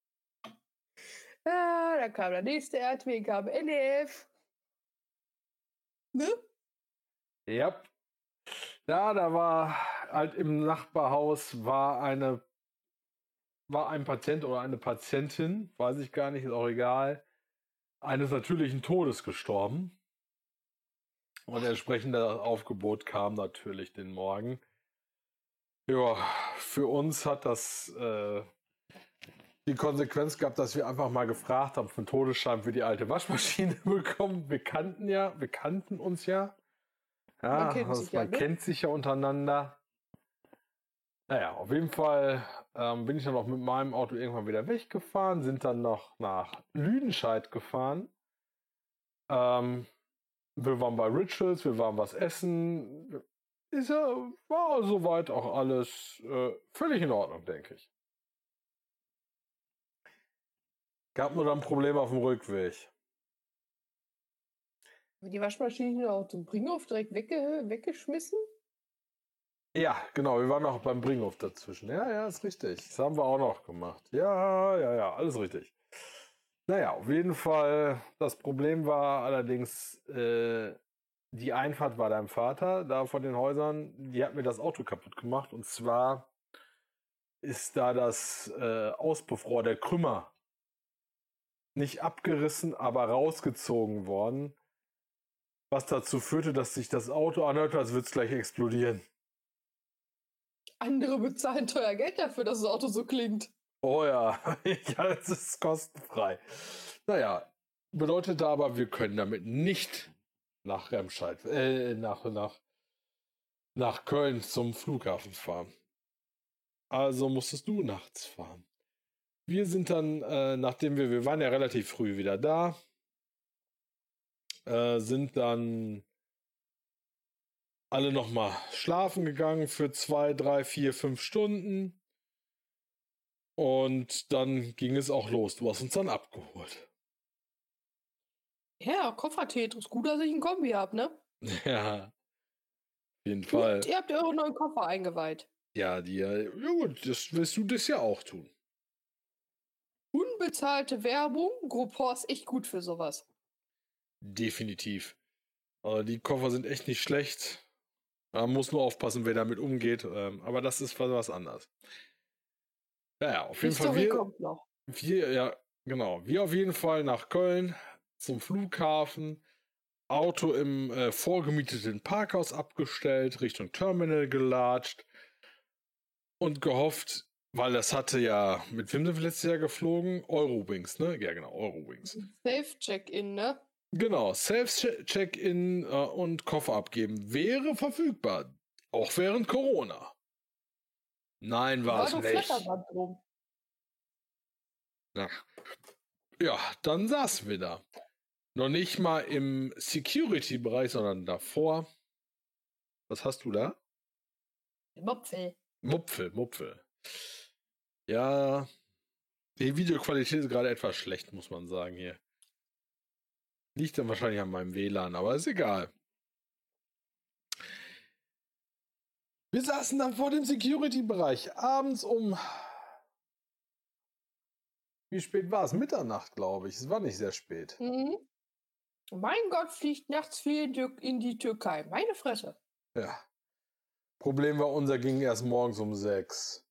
Ja, dann kam der nächste RTW, kam NEF. Ne? Ja. Ja, da war halt im Nachbarhaus war ein Patient oder eine Patientin, weiß ich gar nicht, ist auch egal, eines natürlichen Todes gestorben. Und entsprechend das Aufgebot kam natürlich den Morgen. Ja, für uns hat das die Konsequenz gehabt, dass wir einfach mal gefragt haben, für einen Todesschein für die alte Waschmaschine bekommen. Wir kannten uns ja. Ja, man kennt sich ja untereinander. Naja, auf jeden Fall bin ich dann auch mit meinem Auto irgendwann wieder weggefahren, sind dann noch nach Lüdenscheid gefahren. Wir waren bei Rituals, wir waren was essen. War soweit auch alles völlig in Ordnung, denke ich. Gab nur dann Probleme auf dem Rückweg. Die Waschmaschine auch zum Bringhof direkt weggeschmissen? Ja, genau, wir waren noch beim Bringhof dazwischen. Ja, ist richtig. Das haben wir auch noch gemacht. Ja, alles richtig. Naja, auf jeden Fall, das Problem war allerdings, die Einfahrt bei deinem Vater, da von den Häusern, die hat mir das Auto kaputt gemacht. Und zwar ist da das Auspuffrohr der Krümmer nicht abgerissen, aber rausgezogen worden. Was dazu führte, dass sich das Auto anhört, als würde es gleich explodieren. Andere bezahlen teuer Geld dafür, dass das Auto so klingt. Oh ja, ja, es ist kostenfrei. Naja, bedeutet aber, wir können damit nicht nach Remscheid, nach Köln zum Flughafen fahren. Also musstest du nachts fahren. Wir sind dann, nachdem wir waren ja relativ früh wieder da, sind dann alle nochmal schlafen gegangen für 2, 3, 4, 5 Stunden. Und dann ging es auch los. Du hast uns dann abgeholt. Ja, Koffer-Tetris. Gut, dass ich einen Kombi habe, ne? Ja, auf jeden Fall. Und ihr habt euren neuen Koffer eingeweiht. Ja, ja gut, das willst du das ja auch tun. Unbezahlte Werbung. Groupon ist echt gut für sowas. Definitiv. Also die Koffer sind echt nicht schlecht. Man muss nur aufpassen, wer damit umgeht. Aber das ist was anderes. Ja, auf jeden Fall. Wir auf jeden Fall nach Köln zum Flughafen. Auto im vorgemieteten Parkhaus abgestellt, Richtung Terminal gelatscht und gehofft, weil das hatte ja, mit wem sind wir letztes Jahr geflogen? Eurowings, ne? Ja, genau, Eurowings. Safe-Check-In, ne? Genau, Safe-Check-In und Koffer abgeben wäre verfügbar, auch während Corona. Nein, war es nicht. Ja, dann saßen wir da. Noch nicht mal im Security-Bereich, sondern davor. Was hast du da? Mupfel. Mupfel. Ja, die Videoqualität ist gerade etwas schlecht, muss man sagen hier. Liegt dann wahrscheinlich an meinem WLAN, aber ist egal. Wir saßen dann vor dem Security-Bereich abends um... Wie spät war es? Mitternacht, glaube ich. Es war nicht sehr spät. Mhm. Mein Gott, fliegt nachts viel in die Türkei. Meine Fresse. Ja. Problem war, unser ging erst morgens um 6.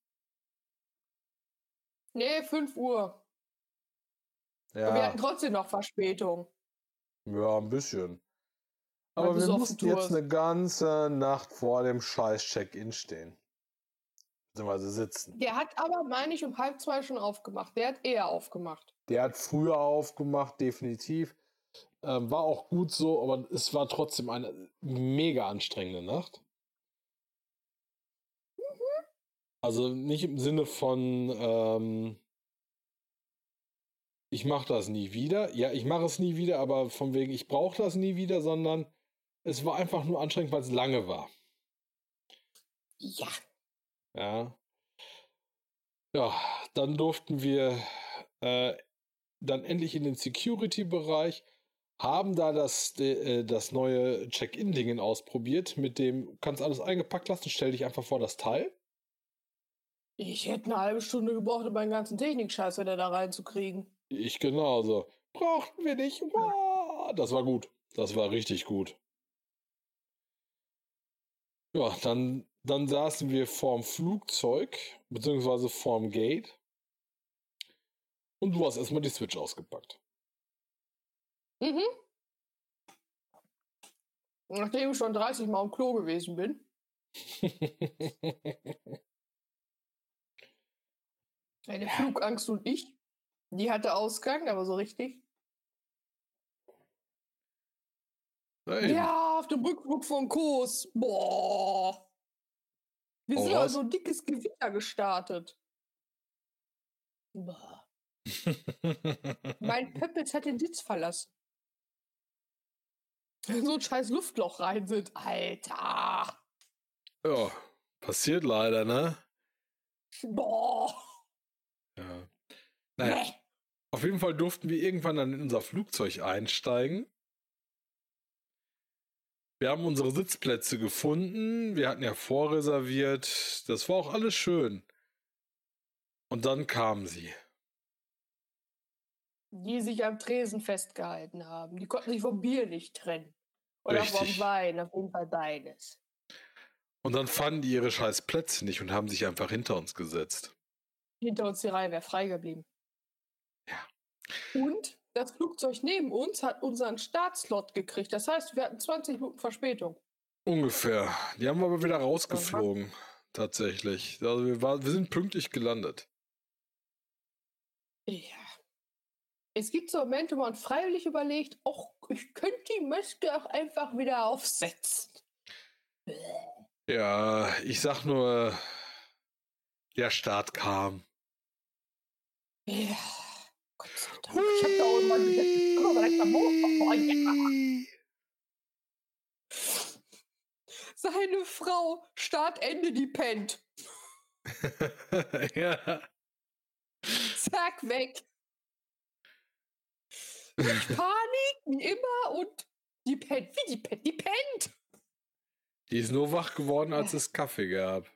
Nee, 5 Uhr. Ja. Und wir hatten trotzdem noch Verspätung. Ja, ein bisschen. Aber Weil wir besoffen mussten jetzt tust. eine ganze Nacht vor dem scheiß Check-in stehen. Beziehungsweise sitzen. Der hat aber, meine ich, um 1:30 schon aufgemacht. Der hat eher aufgemacht. Der hat früher aufgemacht, definitiv. War auch gut so, aber es war trotzdem eine mega anstrengende Nacht. Also nicht im Sinne von, ich mache das nie wieder. Ja, ich mache es nie wieder, aber von wegen, ich brauche das nie wieder, sondern es war einfach nur anstrengend, weil es lange war. Ja. Ja. Ja, dann durften wir dann endlich in den Security-Bereich, haben da das neue Check-in-Dingen ausprobiert, mit dem kannst alles eingepackt lassen, stell dich einfach vor das Teil. Ich hätte eine halbe Stunde gebraucht, um meinen ganzen Technikscheiß wieder da reinzukriegen. Ich genauso. Brauchten wir nicht. Wow, das war gut. Das war richtig gut. Ja, dann saßen wir vorm Flugzeug, beziehungsweise vorm Gate. Und du hast erstmal die Switch ausgepackt. Mhm. Nachdem ich schon 30 Mal am Klo gewesen bin. Eine Flugangst und ich. Die hatte Ausgang, aber so richtig. Nein. Ja, auf dem Rückflug von Kos. Boah. Wir sind ja so ein dickes Gewitter gestartet. Boah. Mein Pöppels hat den Sitz verlassen. So ein scheiß Luftloch rein sind. Alter. Ja, passiert leider, ne? Boah. Ja. Naja, Nee. auf jeden Fall durften wir irgendwann dann in unser Flugzeug einsteigen. Wir haben unsere Sitzplätze gefunden. Wir hatten ja vorreserviert. Das war auch alles schön. Und dann kamen sie. Die sich am Tresen festgehalten haben. Die konnten sich vom Bier nicht trennen. Oder Richtig. vom Wein, auf jeden Fall beides. Und dann fanden die ihre scheiß Plätze nicht und haben sich einfach hinter uns gesetzt. Hinter uns die Reihe wäre frei geblieben. Ja. Und das Flugzeug neben uns hat unseren Startslot gekriegt. Das heißt, wir hatten 20 Minuten Verspätung. Ungefähr. Die haben wir aber wieder rausgeflogen. Tatsächlich. Also wir sind pünktlich gelandet. Ja. Es gibt so Momente, wo man freiwillig überlegt, ach, ich könnte die Maske auch einfach wieder aufsetzen. Ja, ich sag nur, der Start kam. Ja. Gott sei Dank. Ich hab da auch mal gesessen. Guck mal, direkt am Motor. Oh, ja. Seine Frau, Startende, die pennt. Ja. Zack, weg. Ich Panik, wie immer, und die pennt. Wie die pennt? Die pennt. Die ist nur wach geworden, als es Kaffee gab.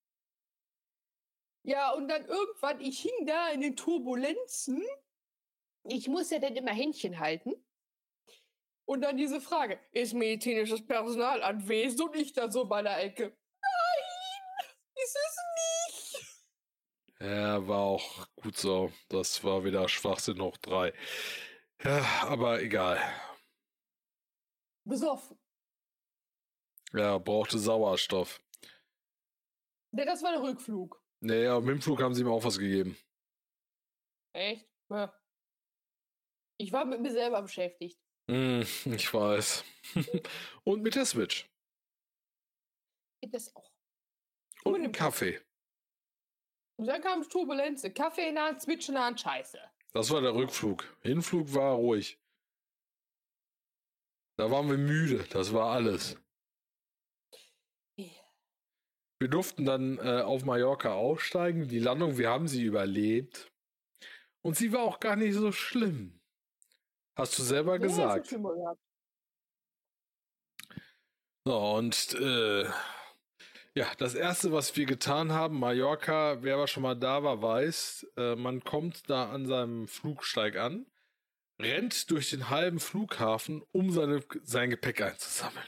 Ja, und dann irgendwann, ich hing da in den Turbulenzen. Ich muss ja dann immer Händchen halten. Und dann diese Frage, ist medizinisches Personal anwesend? Und ich da so bei der Ecke. Nein, ist es nicht. Ja, war auch gut so. Das war wieder Schwachsinn hoch 3. Ja, aber egal. Besoffen. Ja, brauchte Sauerstoff. Ja, das war der Rückflug. Naja, mit dem Flug haben sie ihm auch was gegeben. Echt? Ja. Ich war mit mir selber beschäftigt. Ich weiß. Und mit der Switch. Das auch. Und einen Kaffee. Und dann kam Turbulenz. Kaffee in der Hand, Switch in der Hand, scheiße. Das war der Rückflug. Hinflug war ruhig. Da waren wir müde. Das war alles. Ja. Wir durften dann auf Mallorca aussteigen. Die Landung, wir haben sie überlebt. Und sie war auch gar nicht so schlimm. Hast du selber gesagt. So, und ja, das erste, was wir getan haben, Mallorca, wer aber schon mal da war, weiß, man kommt da an seinem Flugsteig an, rennt durch den halben Flughafen, um sein Gepäck einzusammeln.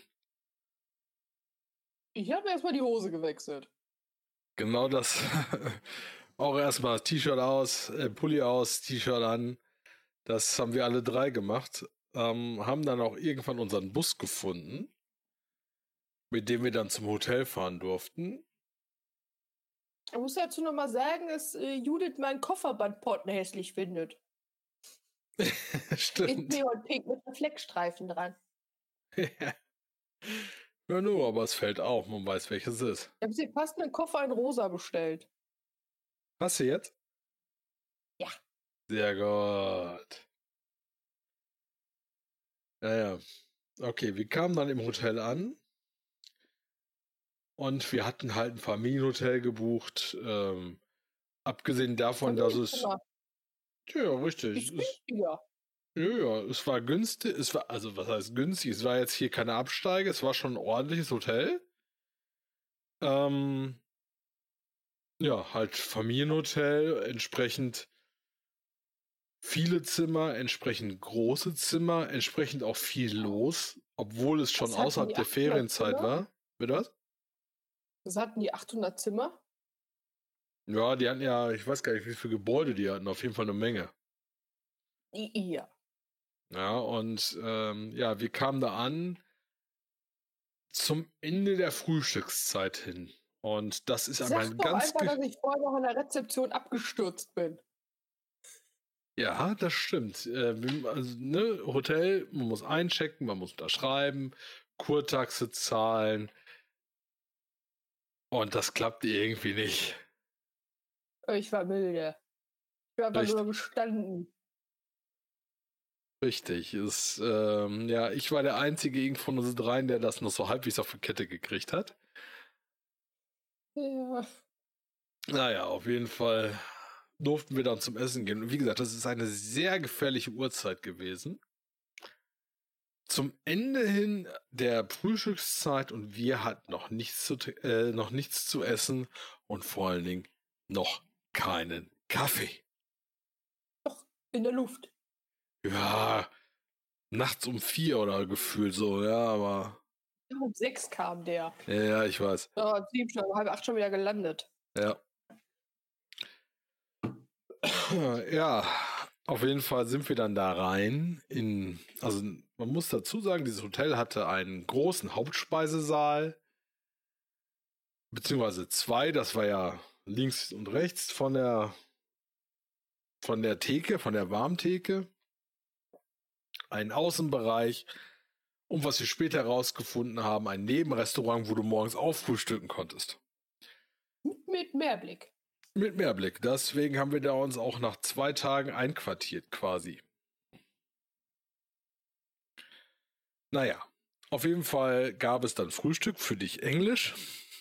Ich habe erstmal die Hose gewechselt. Genau das. Auch erstmal T-Shirt aus, Pulli aus, T-Shirt an. Das haben wir alle drei gemacht. haben dann auch irgendwann unseren Bus gefunden, mit dem wir dann zum Hotel fahren durften. Ich muss dazu noch mal sagen, dass Judith meinen Kofferbandporten hässlich findet. In Stimmt. Neon-Pink mit Reflexstreifen dran. Ja, nur, aber es fällt auf, man weiß, welches es ist. Ich habe sie fast einen Koffer in rosa bestellt. Hast du jetzt? Ja. Sehr gut. Ja. Okay, wir kamen dann im Hotel an und wir hatten halt ein Familienhotel gebucht. Abgesehen davon, dass es... Ja, richtig. Ist günstiger. Ja, es war günstig. Es war, also was heißt günstig? Es war jetzt hier keine Absteige, es war schon ein ordentliches Hotel. Ja, halt Familienhotel, entsprechend viele Zimmer, entsprechend große Zimmer, entsprechend auch viel los, obwohl es schon Was hatten außerhalb die, der 800 Ferienzeit Zimmer? war. Bitte was? Was hatten die 800 Zimmer? Ja, die hatten ja, ich weiß gar nicht, wie viele Gebäude die hatten, auf jeden Fall eine Menge. Ja. Ja, und ja, wir kamen da an zum Ende der Frühstückszeit hin. Und das ist einmal Sag doch ganz... einfach, dass ich vorher noch in der Rezeption abgestürzt bin. Ja, das stimmt. Also, ne, Hotel, man muss einchecken, man muss unterschreiben, Kurtaxe zahlen. Und das klappt irgendwie nicht. Ich war müde. Ich habe einfach nur gestanden. Richtig. Ja, ich war der einzige von uns dreien, der das noch so halbwegs auf die Kette gekriegt hat. Ja. Naja, auf jeden Fall durften wir dann zum Essen gehen. Und wie gesagt, das ist eine sehr gefährliche Uhrzeit gewesen. Zum Ende hin der Frühstückszeit und wir hatten noch nichts zu essen und vor allen Dingen noch keinen Kaffee. Doch, in der Luft. Ja, nachts um 4 oder gefühlt so, ja, aber... Ja, um 6 kam der. Ja, ich weiß. Ja, 7 schon, um 7:30 schon wieder gelandet. Ja. Ja, auf jeden Fall sind wir dann da rein also man muss dazu sagen, dieses Hotel hatte einen großen Hauptspeisesaal, beziehungsweise 2, das war ja links und rechts von der Theke, von der Warmtheke, einen Außenbereich und was wir später herausgefunden haben, ein Nebenrestaurant, wo du morgens auch frühstücken konntest. Mit Mehrblick. Mit Mehrblick. Deswegen haben wir da uns auch nach 2 Tagen einquartiert quasi. Naja, auf jeden Fall gab es dann Frühstück, für dich Englisch.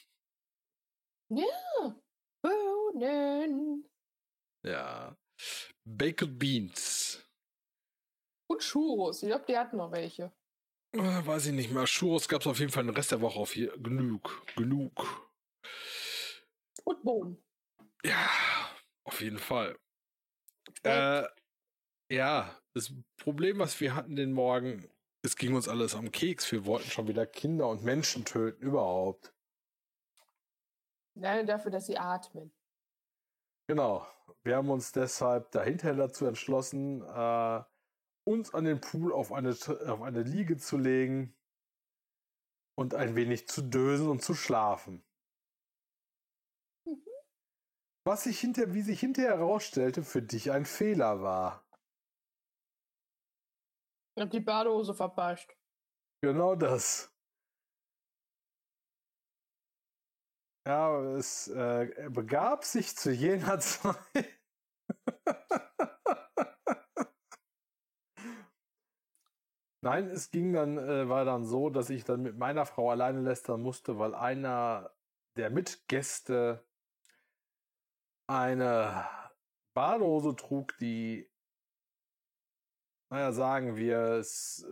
Ja, Bohnen. Ja, Baked Beans. Und Churros. Ich glaube, die hatten noch welche. Weiß ich nicht mehr. Churros gab es auf jeden Fall den Rest der Woche auf hier. Genug. Und Bohnen. Ja, auf jeden Fall. Speck. Ja, das Problem, was wir hatten den Morgen, es ging uns alles am Keks. Wir wollten schon wieder Kinder und Menschen töten, überhaupt. Nein, dafür, dass sie atmen. Genau. Wir haben uns deshalb dahinter dazu entschlossen, uns an den Pool auf eine Liege zu legen und ein wenig zu dösen und zu schlafen. Mhm. Wie sich hinterher herausstellte, für dich ein Fehler war. Ich hab die Badehose verpasst. Genau das. Ja, es begab sich zu jener Zeit. Nein, es ging dann, war dann so, dass ich dann mit meiner Frau alleine lästern musste, weil einer der Mitgäste eine Badehose trug, die, naja, sagen wir es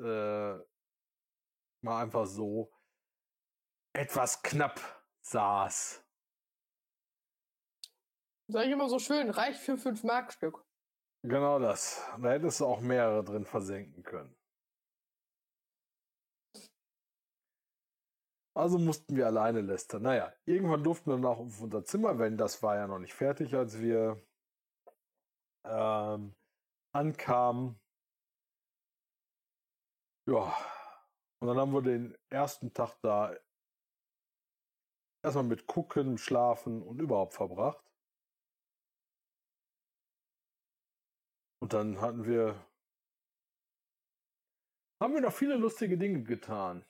mal einfach so, etwas knapp saß. Sag ich immer so schön, reicht für 5 Markstück. Genau das. Da hättest du auch mehrere drin versenken können. Also mussten wir alleine lästern. Naja, irgendwann durften wir dann auch auf unser Zimmer, denn das war ja noch nicht fertig, als wir ankamen. Ja. Und dann haben wir den ersten Tag da erstmal mit Gucken, Schlafen und überhaupt verbracht. Und dann haben wir noch viele lustige Dinge getan.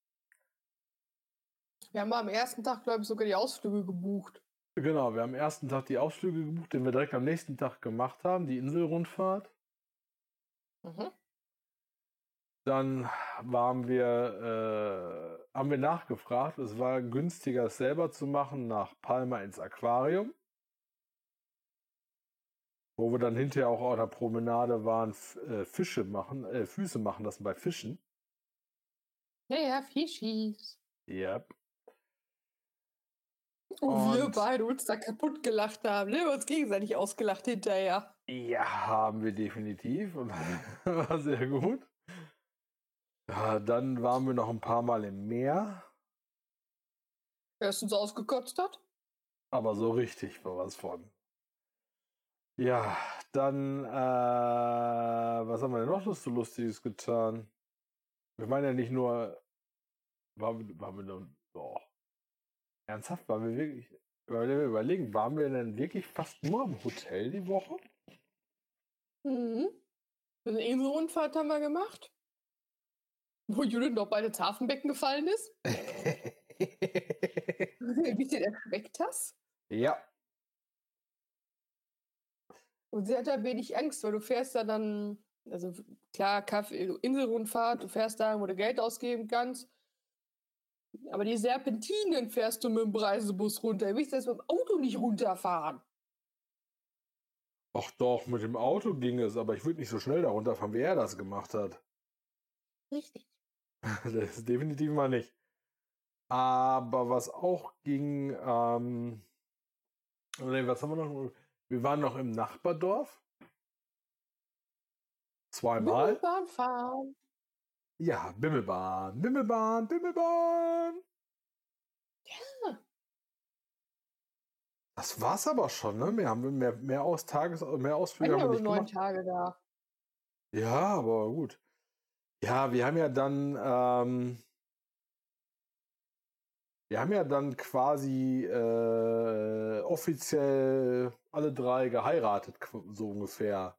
Wir haben am ersten Tag, glaube ich, sogar die Ausflüge gebucht. Genau, wir haben am ersten Tag die Ausflüge gebucht, den wir direkt am nächsten Tag gemacht haben, die Inselrundfahrt. Mhm. Dann haben wir nachgefragt, es war günstiger, es selber zu machen, nach Palma ins Aquarium. Wo wir dann hinterher auch auf der Promenade waren, Füße machen lassen bei Fischen. Ja, Fischis. Yep. Und wir Und- beide uns da kaputt gelacht haben. Ne? Wir haben uns gegenseitig ausgelacht hinterher. Ja, haben wir definitiv. Und war sehr gut. Ja, dann waren wir noch ein paar Mal im Meer. Wer es uns ausgekotzt hat? Aber so richtig war was von. Ja, dann, was haben wir denn noch so Lustiges getan? Wir waren ja nicht nur, waren wir dann, ernsthaft, waren wir wirklich, überlegen, waren wir denn wirklich fast nur im Hotel die Woche? Mhm. Eine Inselrundfahrt haben wir gemacht. Wo Judith noch bei ins Hafenbecken gefallen ist. Ein bisschen erschreckt hast. Ja, Und sie hat da wenig Angst, weil du fährst da dann, also klar, Kaffee, Inselrundfahrt, du fährst da, wo du Geld ausgeben kannst. Aber die Serpentinen fährst du mit dem Reisebus runter. Du willst das mit dem Auto nicht runterfahren. ach doch, mit dem Auto ging es, aber ich würde nicht so schnell da runterfahren, wie er das gemacht hat. Richtig. Das ist definitiv mal nicht. Aber was auch ging, nee, was haben wir noch? Wir waren noch im Nachbardorf. Zweimal. Bimmelbahn fahren. Ja, Bimmelbahn, Bimmelbahn, Bimmelbahn. Ja. Das war's aber schon, ne? Mehr Wir Ausflüge waren haben wir ja nur nicht 9 gemacht. Tage da. Ja, aber gut. Ja, wir haben ja dann quasi offiziell alle 3 geheiratet, so ungefähr.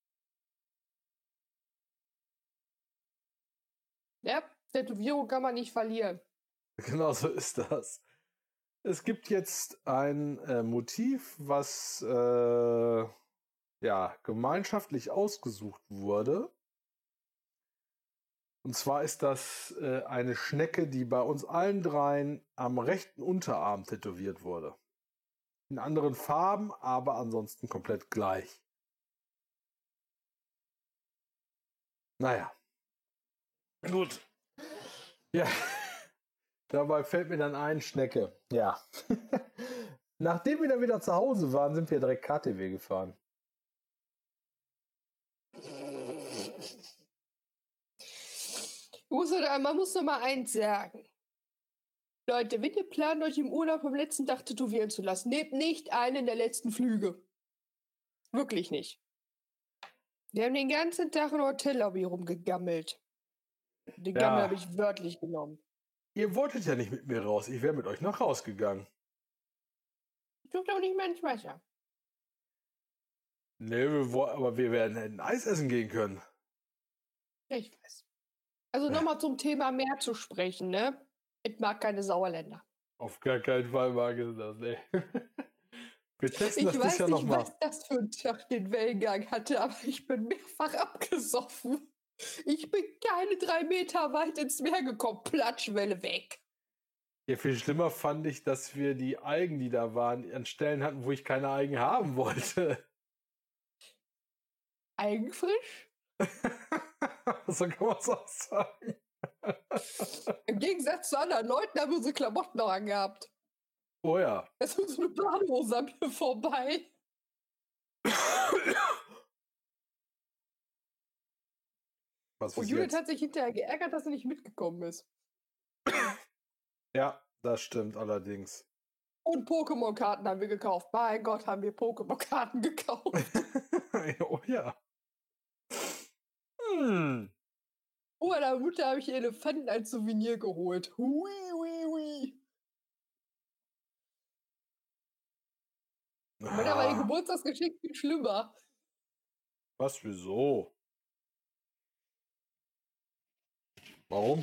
Ja, Tätowierung kann man nicht verlieren. Genau so ist das. Es gibt jetzt ein Motiv, was gemeinschaftlich ausgesucht wurde. Und zwar ist das eine Schnecke, die bei uns allen dreien am rechten Unterarm tätowiert wurde. In anderen Farben, aber ansonsten komplett gleich. Naja. Gut. Ja. Dabei fällt mir dann ein, Schnecke. Ja. Nachdem wir dann wieder zu Hause waren, sind wir direkt KTW gefahren. Man muss noch mal eins sagen. Leute, wenn ihr plant, euch im Urlaub am letzten Tag tätowieren zu lassen, nehmt nicht einen der letzten Flüge. Wirklich nicht. Wir haben den ganzen Tag in der Hotellobby rumgegammelt. Den Ja. Gammel habe ich wörtlich genommen. Ihr wolltet ja nicht mit mir raus. Ich wäre mit euch noch rausgegangen. Ich durfte auch nicht mehr ins Wasser. Nee, aber wir hätten Eis essen gehen können. Ich weiß. Also nochmal zum Thema Meer zu sprechen, ne? Ich mag keine Sauerländer. Auf gar keinen Fall mag es das, ne. Wir testen Ich das weiß ja nicht, nochmal. was das für ein Tag den Wellengang hatte, aber ich bin mehrfach abgesoffen. Ich bin keine 3 Meter weit ins Meer gekommen. Platschwelle weg. Ja, viel schlimmer fand ich, dass wir die Algen, die da waren, an Stellen hatten, wo ich keine Algen haben wollte. Eigenfrisch? So kann man es auch sagen. Im Gegensatz zu anderen Leuten haben unsere Klamotten noch angehabt. Oh ja. Es ist so eine Badehose an mir vorbei. Was Und ist Judith jetzt? hat sich hinterher geärgert, dass sie nicht mitgekommen ist. Ja, das stimmt allerdings. Und Pokémon-Karten haben wir gekauft. Mein Gott, haben wir Pokémon-Karten gekauft. Oh ja. Hm. Oh, meiner Mutter habe ich Elefanten als Souvenir geholt. Hui, hui, hui. Meiner war ihr Geburtstagsgeschenk viel schlimmer. Was, wieso? Warum?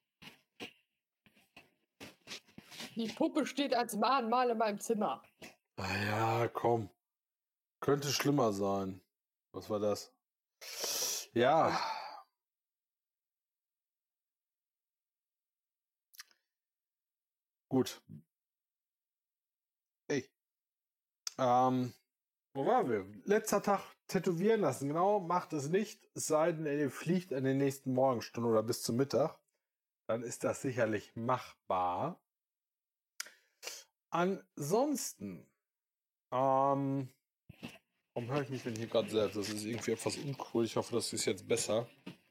Die Puppe steht als Mahnmal in meinem Zimmer. Ah ja, komm. Könnte schlimmer sein. Was war das? Ja. Gut. Ey. Wo waren wir? Letzter Tag tätowieren lassen. Genau, macht es nicht. Es sei denn, ihr fliegt in den nächsten Morgenstunden oder bis zum Mittag. Dann ist das sicherlich machbar. Ansonsten, warum höre ich mich denn hier gerade selbst? Das ist irgendwie etwas uncool. Ich hoffe, das ist jetzt besser.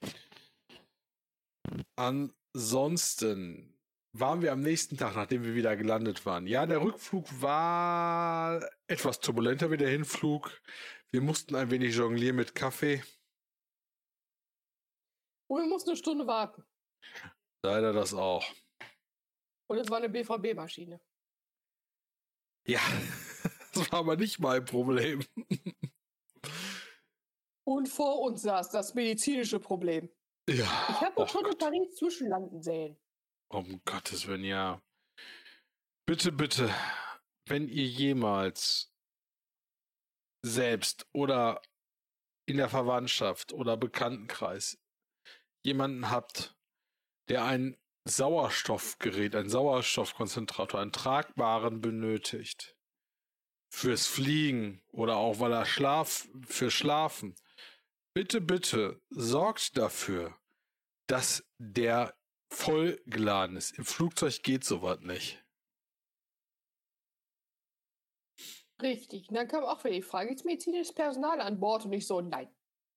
Ansonsten waren wir am nächsten Tag, nachdem wir wieder gelandet waren. Ja, der Rückflug war etwas turbulenter wie der Hinflug. Wir mussten ein wenig jonglieren mit Kaffee. Und wir mussten eine Stunde warten. Leider das auch. Und es war eine BVB-Maschine. Ja, das war aber nicht mein Problem. Und vor uns saß das medizinische Problem. Ja. Ich habe auch schon in Paris zwischenlanden sehen. Um Gottes Willen, ja. Bitte, bitte, wenn ihr jemals selbst oder in der Verwandtschaft oder Bekanntenkreis jemanden habt, der ein Sauerstoffgerät, ein Sauerstoffkonzentrator, einen tragbaren benötigt, fürs Fliegen oder auch weil er für Schlafen, bitte, bitte sorgt dafür, dass der vollgeladen ist. Im Flugzeug geht sowas nicht. Richtig. Und dann kam auch wieder die Frage, ist medizinisches Personal an Bord? Und ich so, nein.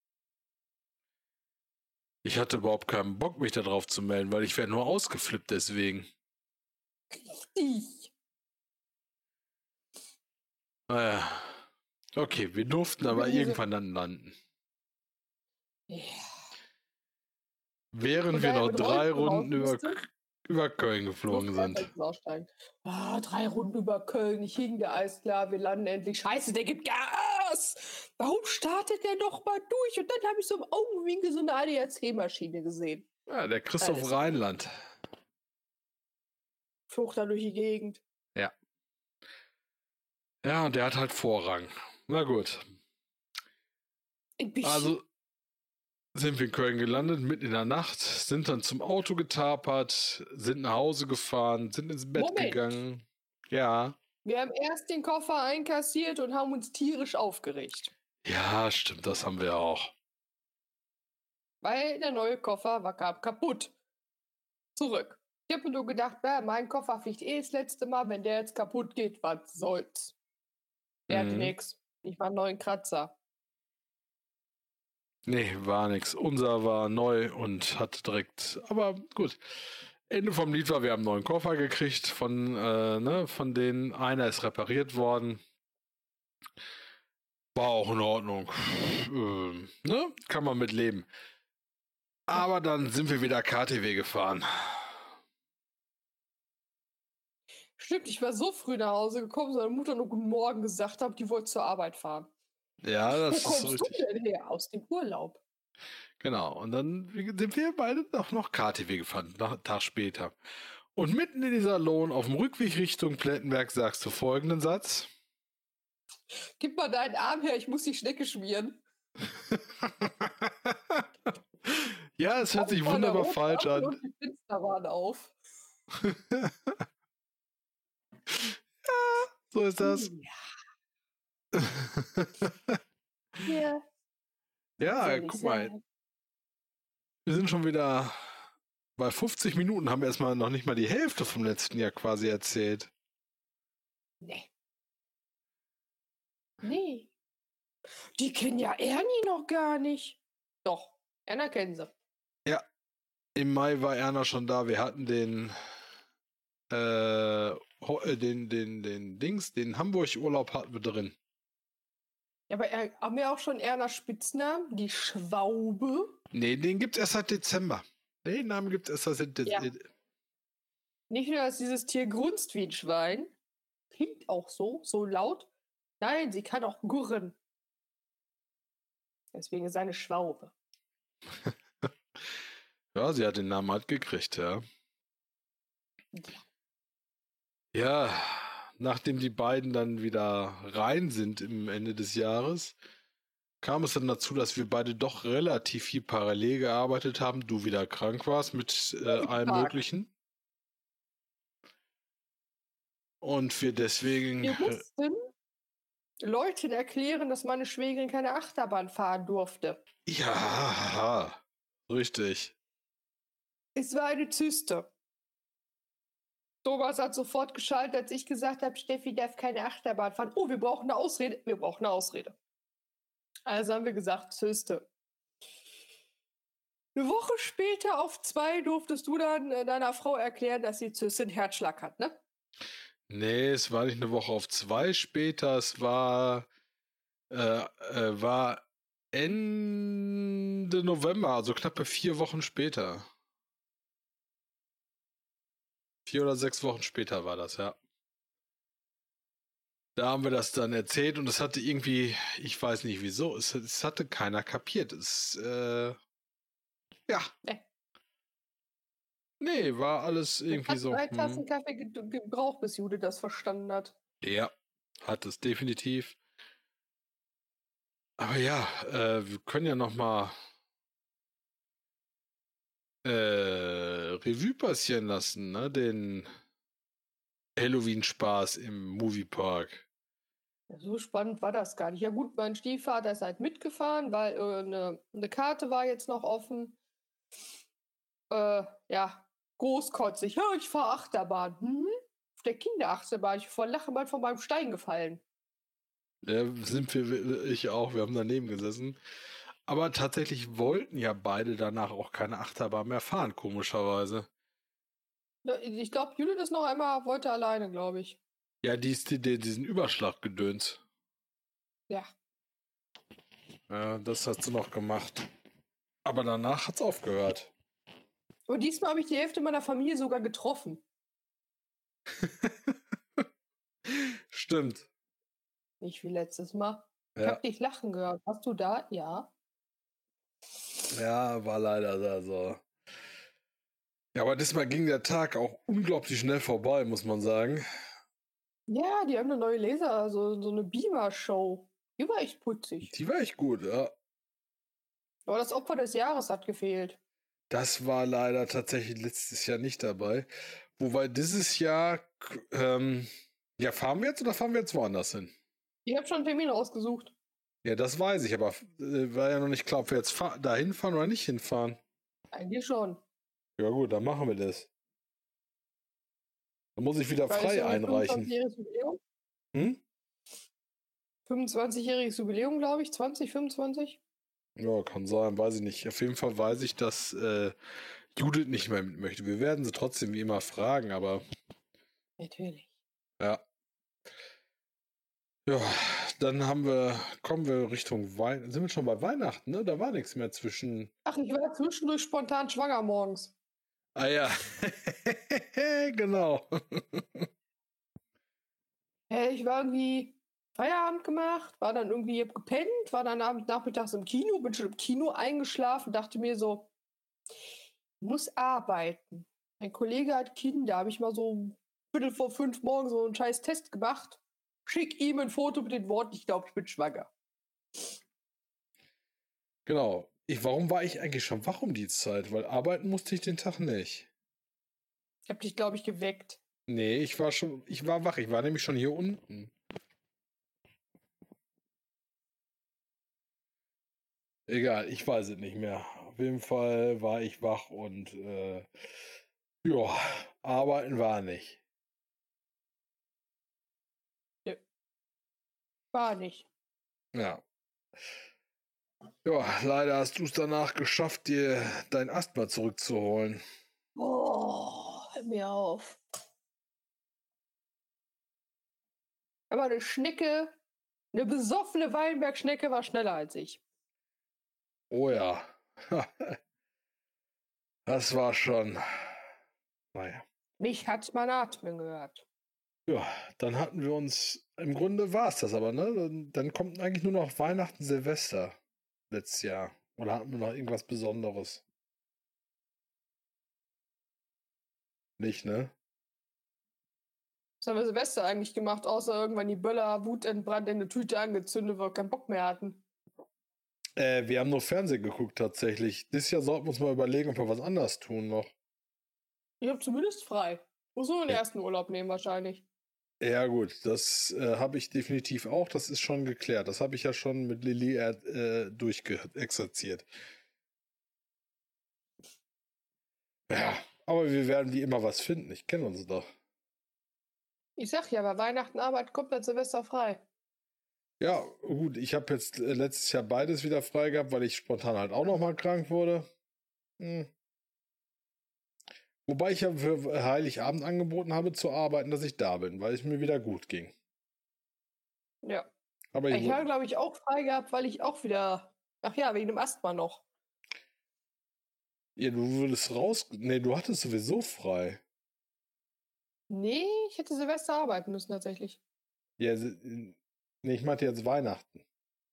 Ich hatte überhaupt keinen Bock, mich darauf zu melden, weil ich wäre nur ausgeflippt deswegen. Richtig. Naja. Okay, wir durften aber irgendwann dann landen. Ja. Während wir noch 3 Runden über Köln geflogen sind. 3 Runden über Köln, ich hing da, alles klar, wir landen endlich. Scheiße, der gibt Gas! Warum startet der doch mal durch? Und dann habe ich so im Augenwinkel so eine ADAC-Maschine gesehen. Ja, der Christoph Rheinland. Flog da durch die Gegend. Ja. Ja, und der hat halt Vorrang. Na gut. Also sind wir in Köln gelandet, mitten in der Nacht, sind dann zum Auto getapert, sind nach Hause gefahren, sind ins Bett gegangen. Ja. Wir haben erst den Koffer einkassiert und haben uns tierisch aufgeregt. Ja, stimmt, das haben wir auch. Weil der neue Koffer war kaputt. Zurück. Ich habe mir nur gedacht, mein Koffer fliegt das letzte Mal, wenn der jetzt kaputt geht, was soll's. Der hatte nix. Ich war einen neuen Kratzer. Nee, war nix. Unser war neu und hat direkt, aber gut. Ende vom Lied war, wir haben einen neuen Koffer gekriegt, von denen einer ist repariert worden. War auch in Ordnung. Kann man mit leben. Aber dann sind wir wieder KTW gefahren. Stimmt, ich war so früh nach Hause gekommen, dass meine Mutter nur Guten Morgen gesagt hat, die wollte zur Arbeit fahren. Ja, das Wo ist so kommst richtig. du denn her? Aus dem Urlaub. Genau, und dann sind wir beide noch KTW gefahren, einen Tag später. Und mitten in dieser Lohn auf dem Rückweg Richtung Plettenberg sagst du folgenden Satz. Gib mal deinen Arm her, ich muss die Schnecke schmieren. Ja, es hört sich wunderbar falsch an. Und die Fenster waren auf. Ja, so ist das. Ja. Ja, guck mal. Wir sind schon wieder bei 50 Minuten, haben erstmal noch nicht mal die Hälfte vom letzten Jahr quasi erzählt. Nee. Die kennen ja Ernie noch gar nicht. Doch, Erna kennen sie. Ja, im Mai war Erna schon da. Wir hatten den Hamburg-Urlaub hatten wir drin. Ja, aber haben wir auch schon Ernas Spitznamen? Die Schwaube? Nee, den gibt's erst seit Dezember. Nee, den Namen gibt es. Ja. Nicht nur, dass dieses Tier grunzt wie ein Schwein, klingt auch so laut. Nein, sie kann auch gurren. Deswegen ist sie eine Schwalbe. Ja, sie hat den Namen halt gekriegt, ja. Ja. Ja, nachdem die beiden dann wieder rein sind im Ende des Jahres, kam es dann dazu, dass wir beide doch relativ viel parallel gearbeitet haben. Du wieder krank warst mit allem Möglichen. Und wir deswegen... Wir mussten Leuten erklären, dass meine Schwägerin keine Achterbahn fahren durfte. Ja, richtig. Es war eine Zyste. Thomas hat sofort geschaltet, als ich gesagt habe, Steffi darf keine Achterbahn fahren. Oh, wir brauchen eine Ausrede. Wir brauchen eine Ausrede. Also haben wir gesagt, Zyste. Eine Woche später auf 2 durftest du dann deiner Frau erklären, dass sie Zyste einen Herzschlag hat, ne? Nee, es war nicht eine Woche auf 2 später, es war Ende November, also knappe 4 Wochen später. 4 oder 6 Wochen später war das, ja. Da haben wir das dann erzählt und es hatte irgendwie, ich weiß nicht wieso, es hatte keiner kapiert. Ja. Nee, war alles irgendwie so. 3 Tassen Kaffee gebraucht, bis Jude das verstanden hat. Ja, hat es definitiv. Aber ja, wir können ja noch mal Revue passieren lassen, ne? Den Halloween-Spaß im Moviepark. Ja, so spannend war das gar nicht. Ja gut, mein Stiefvater ist halt mitgefahren, weil eine Karte war jetzt noch offen. Ja, großkotzig. Ja, ich fahre Achterbahn. Auf der Kinderachterbahn. Ich vor Lachen mal von meinem Stein gefallen. Ja, ich auch, wir haben daneben gesessen. Aber tatsächlich wollten ja beide danach auch keine Achterbahn mehr fahren, komischerweise. Ja, ich glaube, Judith ist noch einmal, wollte alleine, glaube ich. Ja, diesen Überschlag gedöns. Ja. Ja, das hat sie noch gemacht. Aber danach hat's aufgehört. Und diesmal habe ich die Hälfte meiner Familie sogar getroffen. Stimmt. Nicht wie letztes Mal. Ja. Ich habe dich lachen gehört. Warst du da? Ja. Ja, war leider so. Ja, aber diesmal ging der Tag auch unglaublich schnell vorbei, muss man sagen. Ja, die haben eine neue Laser, so eine Beamer-Show. Die war echt putzig. Die war echt gut, ja. Aber das Opfer des Jahres hat gefehlt. Das war leider tatsächlich letztes Jahr nicht dabei. Wobei dieses Jahr, ja, fahren wir jetzt oder fahren wir jetzt woanders hin? Ich habe schon einen Termin ausgesucht. Ja, das weiß ich, aber war ja noch nicht klar, ob wir jetzt da hinfahren oder nicht hinfahren. Eigentlich schon. Ja gut, dann machen wir das. Dann muss ich wieder frei einreichen. 25-jähriges Jubiläum? Hm? 25-jähriges Jubiläum, glaube ich. 25. Ja, kann sein, weiß ich nicht. Auf jeden Fall weiß ich, dass Judith nicht mehr mit möchte. Wir werden sie trotzdem wie immer fragen, aber... Natürlich. Ja. Ja, dann kommen wir Richtung Weihnachten. Sind wir schon bei Weihnachten, ne? Da war nichts mehr zwischen... Ach, ich war zwischendurch spontan schwanger morgens. Ah ja, genau. Ich war irgendwie Feierabend gemacht, war dann irgendwie gepennt, war dann nachmittags im Kino, bin schon im Kino eingeschlafen, dachte mir so, ich muss arbeiten. Ein Kollege hat Kinder, habe ich mal so 4:45 morgens so einen scheiß Test gemacht. Schick ihm ein Foto mit den Worten, ich glaube, ich bin schwanger. Genau. Warum war ich eigentlich schon wach um die Zeit? Weil arbeiten musste ich den Tag nicht. Ich habe dich, glaube ich, geweckt. Nee, ich war wach. Ich war nämlich schon hier unten. Egal, ich weiß es nicht mehr. Auf jeden Fall war ich wach und ja, arbeiten war nicht. War nicht. Ja. Ja, leider hast du es danach geschafft, dir dein Asthma zurückzuholen. Oh, hör mir auf. Aber eine Schnecke, eine besoffene Weinbergschnecke war schneller als ich. Oh ja. Das war schon. Naja. Mich hat man atmen gehört. Ja, dann hatten wir uns. Im Grunde war es das aber, ne? Dann kommt eigentlich nur noch Weihnachten, Silvester letztes Jahr. Oder hatten wir noch irgendwas Besonderes? Nicht, ne? Was haben wir Silvester eigentlich gemacht, außer irgendwann die Böller wutentbrannt in eine Tüte angezündet, weil wir keinen Bock mehr hatten? Wir haben nur Fernsehen geguckt tatsächlich. Dieses Jahr sollten wir uns mal überlegen, ob wir was anderes tun noch. Ich habe zumindest frei. Muss nur den Ja. ersten Urlaub nehmen wahrscheinlich. Ja gut, das habe ich definitiv auch. Das ist schon geklärt. Das habe ich ja schon mit Lilly durchexerziert. Ja, aber wir werden wie immer was finden. Ich kenne uns doch. Ich sag ja, bei Weihnachten Arbeit komplett Silvester frei. Ja, gut, ich habe jetzt letztes Jahr beides wieder frei gehabt, weil ich spontan halt auch nochmal krank wurde. Wobei ich ja für Heiligabend angeboten habe zu arbeiten, dass ich da bin, weil es mir wieder gut ging. Ja. Aber Ich habe, glaube ich, auch frei gehabt, weil ich auch wieder. Ach ja, wegen dem Asthma noch. Ja, du würdest raus. Nee, du hattest sowieso frei. Nee, ich hätte Silvester arbeiten müssen tatsächlich. Ja, nee, ich meinte jetzt Weihnachten.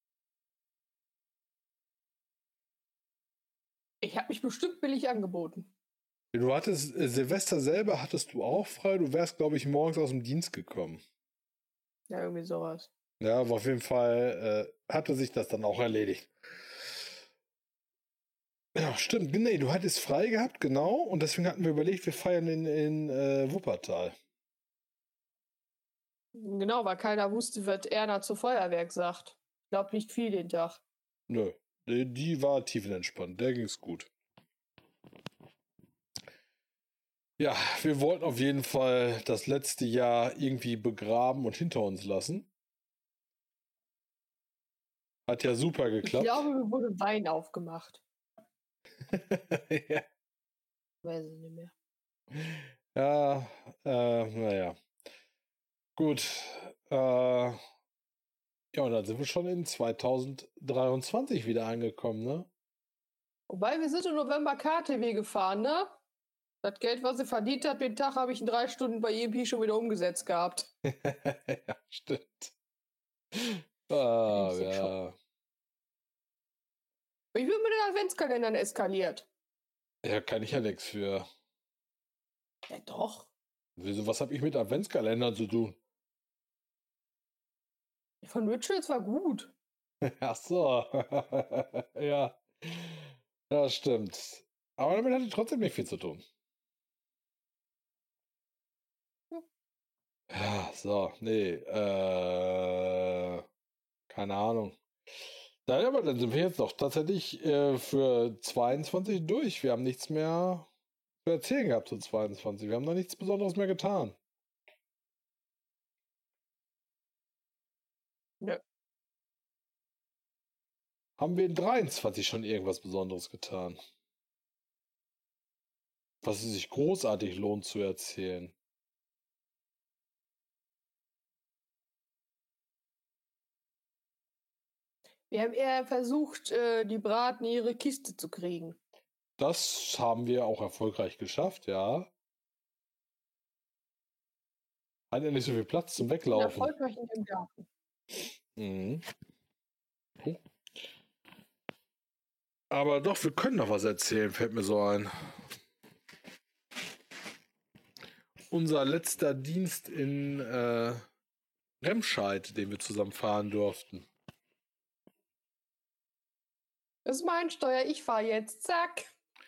Ich habe mich bestimmt billig angeboten. Du hattest Silvester selber hattest du auch frei. Du wärst, glaube ich, morgens aus dem Dienst gekommen. Ja, irgendwie sowas. Ja, aber auf jeden Fall hatte sich das dann auch erledigt. Ja, stimmt. Nee, du hattest frei gehabt, genau. Und deswegen hatten wir überlegt, wir feiern in Wuppertal. Genau, weil keiner wusste, was Erna zu Feuerwerk sagt. Ich glaube nicht viel den Tag. Nö, die war tiefenentspannt. Der ging's gut. Ja, wir wollten auf jeden Fall das letzte Jahr irgendwie begraben und hinter uns lassen. Hat ja super Ich geklappt. glaube, mir wurde Wein aufgemacht. Ja. Weiß ich nicht mehr. Ja, naja. Gut. Ja, und dann sind wir schon in 2023 wieder angekommen, ne? Wobei, wir sind im November KTW gefahren, ne? Das Geld, was sie verdient hat, den Tag habe ich in 3 Stunden bei EMP schon wieder umgesetzt gehabt. Ja, stimmt. Ah, Riesig ja. Ich bin mit den Adventskalendern eskaliert. Ja, kann ich ja nichts für. Ja, doch. Wieso, was habe ich mit Adventskalendern zu tun? Von Rituals war gut. Ach so. Ja. Ja, stimmt. Aber damit hatte ich trotzdem nicht viel zu tun. Ja, so, nee, keine Ahnung. Nein, aber dann sind wir jetzt doch tatsächlich für 22 durch. Wir haben nichts mehr zu erzählen gehabt zu 22. Wir haben noch nichts Besonderes mehr getan. Nö. Haben wir in 23 schon irgendwas Besonderes getan? Was es sich großartig lohnt zu erzählen. Wir haben eher versucht, die Braten in ihre Kiste zu kriegen. Das haben wir auch erfolgreich geschafft, ja. Hat ja nicht so viel Platz zum Weglaufen. Erfolgreich in dem Garten. Mhm. Aber doch, wir können noch was erzählen, fällt mir so ein. Unser letzter Dienst in Remscheid, den wir zusammen fahren durften. Das ist mein Steuer, ich fahre jetzt. Zack.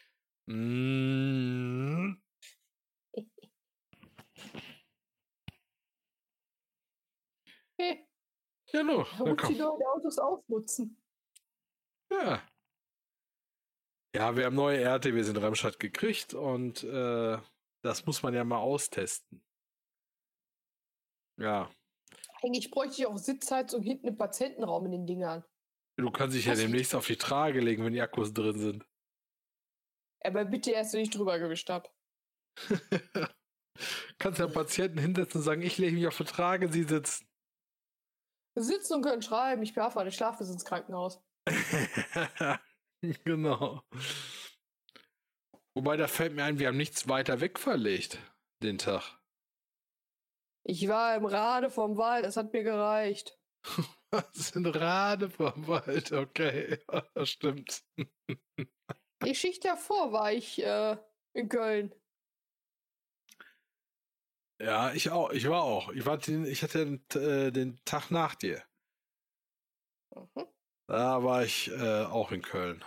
Mm. Hey, Genau. da muss die neuen Autos ausnutzen. Ja. Ja, wir haben neue RTWs in Remscheid gekriegt und das muss man ja mal austesten. Ja. Eigentlich bräuchte ich auch Sitzheizung hinten im Patientenraum in den Dingern. Du kannst dich ja demnächst auf die Trage legen, wenn die Akkus drin sind. Aber bitte erst, wenn ich drüber gewischt habe. Kannst ja Patienten hinsetzen und sagen, ich lege mich auf die Trage, sie sitzen. Sitzen und können schreiben. Ich darf meine Schlaf bis ins Krankenhaus. Genau. Wobei, da fällt mir ein, wir haben nichts weiter weg verlegt, den Tag. Ich war im Rade vom Wald, es hat mir gereicht. Was in Rade vom Wald, okay, das stimmt. Die Schicht davor war ich in Köln. Ja, ich auch. Ich war auch. Ich hatte den Tag nach dir. Mhm. Da war ich auch in Köln.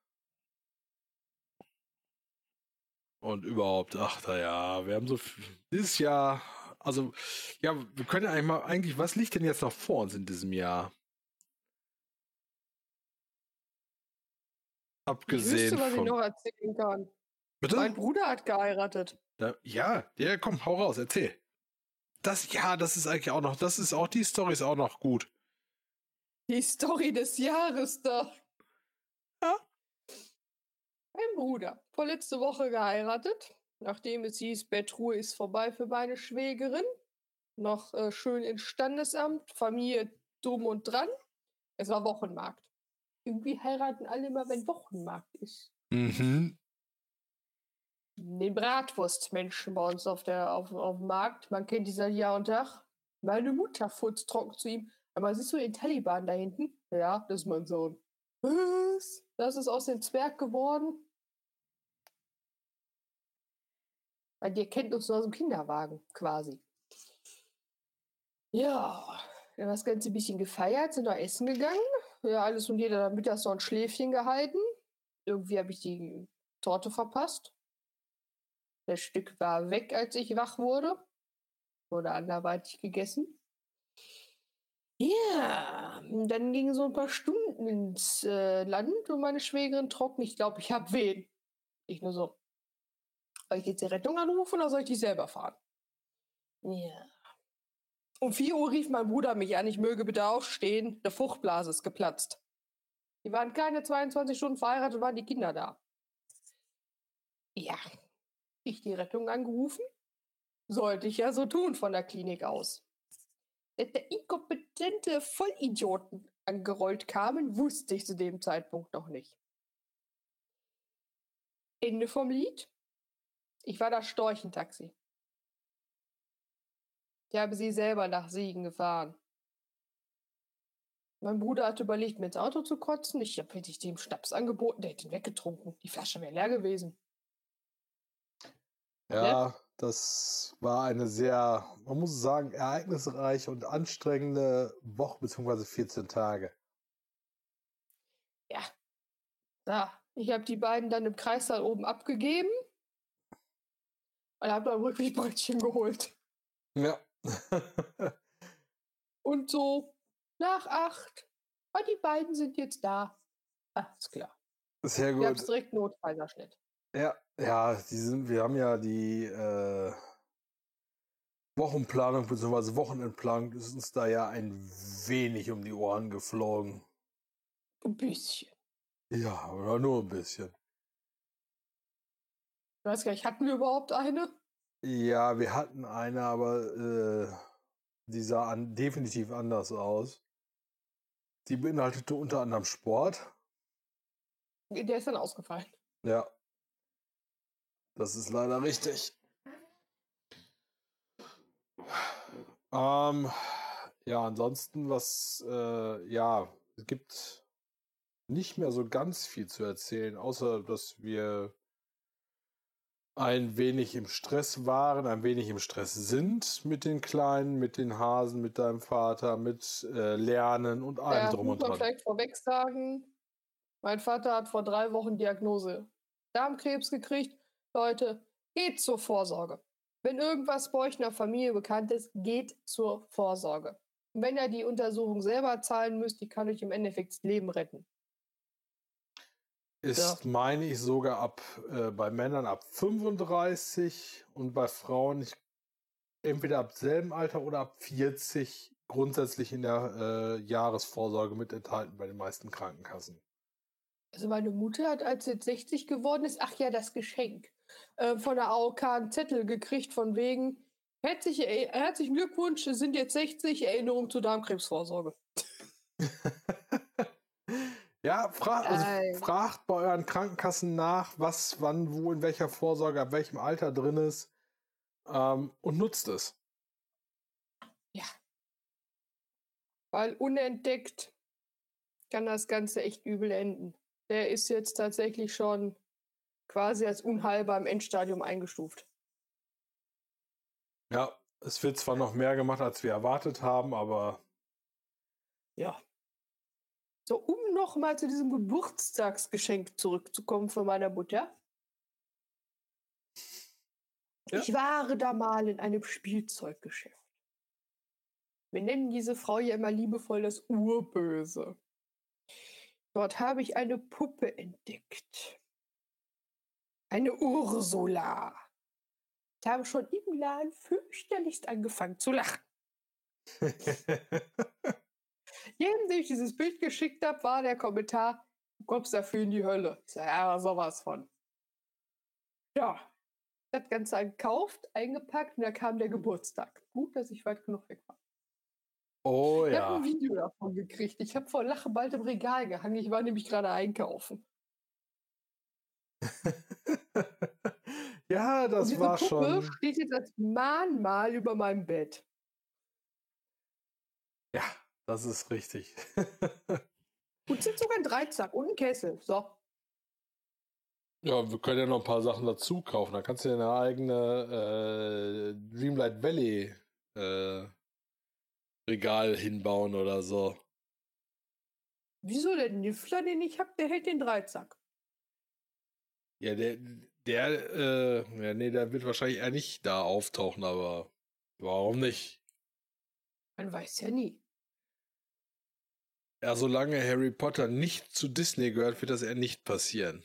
Und überhaupt, ach da ja, wir haben so dieses Jahr, also ja, wir können ja eigentlich, was liegt denn jetzt noch vor uns in diesem Jahr? Abgesehen Ich wüsste, was ich von. noch erzählen kann. Bitte? Mein Bruder hat geheiratet. Ja, komm, hau raus, erzähl. Das ist eigentlich auch noch, die Story ist auch noch gut. Die Story des Jahres da. Ja. Mein Bruder, vorletzte Woche geheiratet, nachdem es hieß, Bettruhe ist vorbei für meine Schwägerin. Noch schön ins Standesamt, Familie drum und dran. Es war Wochenmarkt. Irgendwie heiraten alle immer, wenn Wochenmarkt ist. Mhm. Den Bratwurstmenschen bei uns auf dem Markt. Man kennt die seit Jahr und Tag. Meine Mutter furzt trocken zu ihm. Aber siehst du den Taliban da hinten? Ja, das ist mein Sohn. Was? Das ist aus dem Zwerg geworden? Weil der kennt uns nur aus dem Kinderwagen, quasi. Ja, dann das Ganze ein bisschen gefeiert, sind noch essen gegangen. Ja, alles und jeder hat mittags noch ein Schläfchen gehalten. Irgendwie habe ich die Torte verpasst. Das Stück war weg, als ich wach wurde. Wurde anderweitig gegessen. Ja, dann gingen so ein paar Stunden ins Land und meine Schwägerin trocken. Ich glaube, ich habe wen. Ich nur so. Soll ich jetzt die Rettung anrufen oder soll ich die selber fahren? Ja. Um 4 Uhr rief mein Bruder mich an, ich möge bitte aufstehen. Der Fruchtblase ist geplatzt. Die waren keine 22 Stunden verheiratet, waren die Kinder da. Ja, ich die Rettung angerufen. Sollte ich ja so tun von der Klinik aus. Dass der inkompetente Vollidioten angerollt kamen, wusste ich zu dem Zeitpunkt noch nicht. Ende vom Lied. Ich war das Storchentaxi. Ich habe sie selber nach Siegen gefahren. Mein Bruder hatte überlegt, mir ins Auto zu kotzen. Ich habe dem Schnaps angeboten, der hätte ihn weggetrunken. Die Flasche wäre leer gewesen. Ja, Ne? das war eine sehr, man muss sagen, ereignisreiche und anstrengende Woche bzw. 14 Tage. Ja. Da. Ich habe die beiden dann im Kreissaal oben abgegeben und habe dann Rückwegbrötchen geholt. Ja. Und so nach 8. Und die beiden sind jetzt da. Ah, ist klar. Sehr Ich habe gut. direkt Notfallschnitt. Ja, wir haben ja die Wochenplanung bzw. Wochenendplanung ist uns da ja ein wenig um die Ohren geflogen. Ein bisschen. Ja, aber nur ein bisschen. Ich weiß gar nicht, hatten wir überhaupt eine? Ja, wir hatten eine, aber die sah definitiv anders aus. Die beinhaltete unter anderem Sport. Der ist dann ausgefallen. Ja. Das ist leider richtig. Ja, ansonsten, es gibt nicht mehr so ganz viel zu erzählen, außer dass wir ein wenig im Stress waren, ein wenig im Stress sind mit den Kleinen, mit den Hasen, mit deinem Vater, mit Lernen und allem drum Muss und man dran. vielleicht vorweg sagen, mein Vater hat vor 3 Wochen Diagnose Darmkrebs gekriegt. Leute, geht zur Vorsorge. Wenn irgendwas bei euch in der Familie bekannt ist, geht zur Vorsorge. Und wenn ihr die Untersuchung selber zahlen müsst, die kann euch im Endeffekt das Leben retten. Ist, meine ich, sogar bei Männern ab 35 und bei Frauen entweder ab selben Alter oder ab 40 grundsätzlich in der Jahresvorsorge mit enthalten bei den meisten Krankenkassen. Also meine Mutter hat, als sie jetzt 60 geworden ist, ach ja, das Geschenk, von der AOK einen Zettel gekriegt von wegen, herzlichen Glückwunsch, Sie sind jetzt 60, Erinnerung zur Darmkrebsvorsorge. Ja, fragt bei euren Krankenkassen nach, was, wann, wo, in welcher Vorsorge, ab welchem Alter drin ist, und nutzt es. Ja. Weil unentdeckt kann das Ganze echt übel enden. Der ist jetzt tatsächlich schon quasi als unheilbar im Endstadium eingestuft. Ja, es wird zwar noch mehr gemacht, als wir erwartet haben, aber Ja. So, um nochmal zu diesem Geburtstagsgeschenk zurückzukommen von meiner Mutter. Ja. Ich war da mal in einem Spielzeuggeschäft. Wir nennen diese Frau ja immer liebevoll das Urböse. Dort habe ich eine Puppe entdeckt. Eine Ursula. Ich habe schon im Laden fürchterlichst angefangen zu lachen. Jedem, dem ich dieses Bild geschickt habe, war der Kommentar, du kommst dafür in die Hölle. Ich sage, ja, sowas von. Ja, das Ganze gekauft, eingepackt und da kam der Geburtstag. Gut, dass ich weit genug weg war. oh Ich habe ja. ein Video davon gekriegt. Ich habe vor Lachen bald im Regal gehangen. Ich war nämlich gerade einkaufen. Ja, Und das diese war Puppe schon. steht jetzt als Mahnmal über meinem Bett. Ja, das ist richtig. Und es sind sogar ein Dreizack und ein Kessel. So. Ja, wir können ja noch ein paar Sachen dazu kaufen. Da kannst du dir eine eigene Dreamlight Valley Regal hinbauen oder so. Wieso der Niffler, den ich habe, der hält den Dreizack? Ja, der wird wahrscheinlich eher nicht da auftauchen, aber warum nicht? Man weiß ja nie. Ja, solange Harry Potter nicht zu Disney gehört, wird das eher nicht passieren.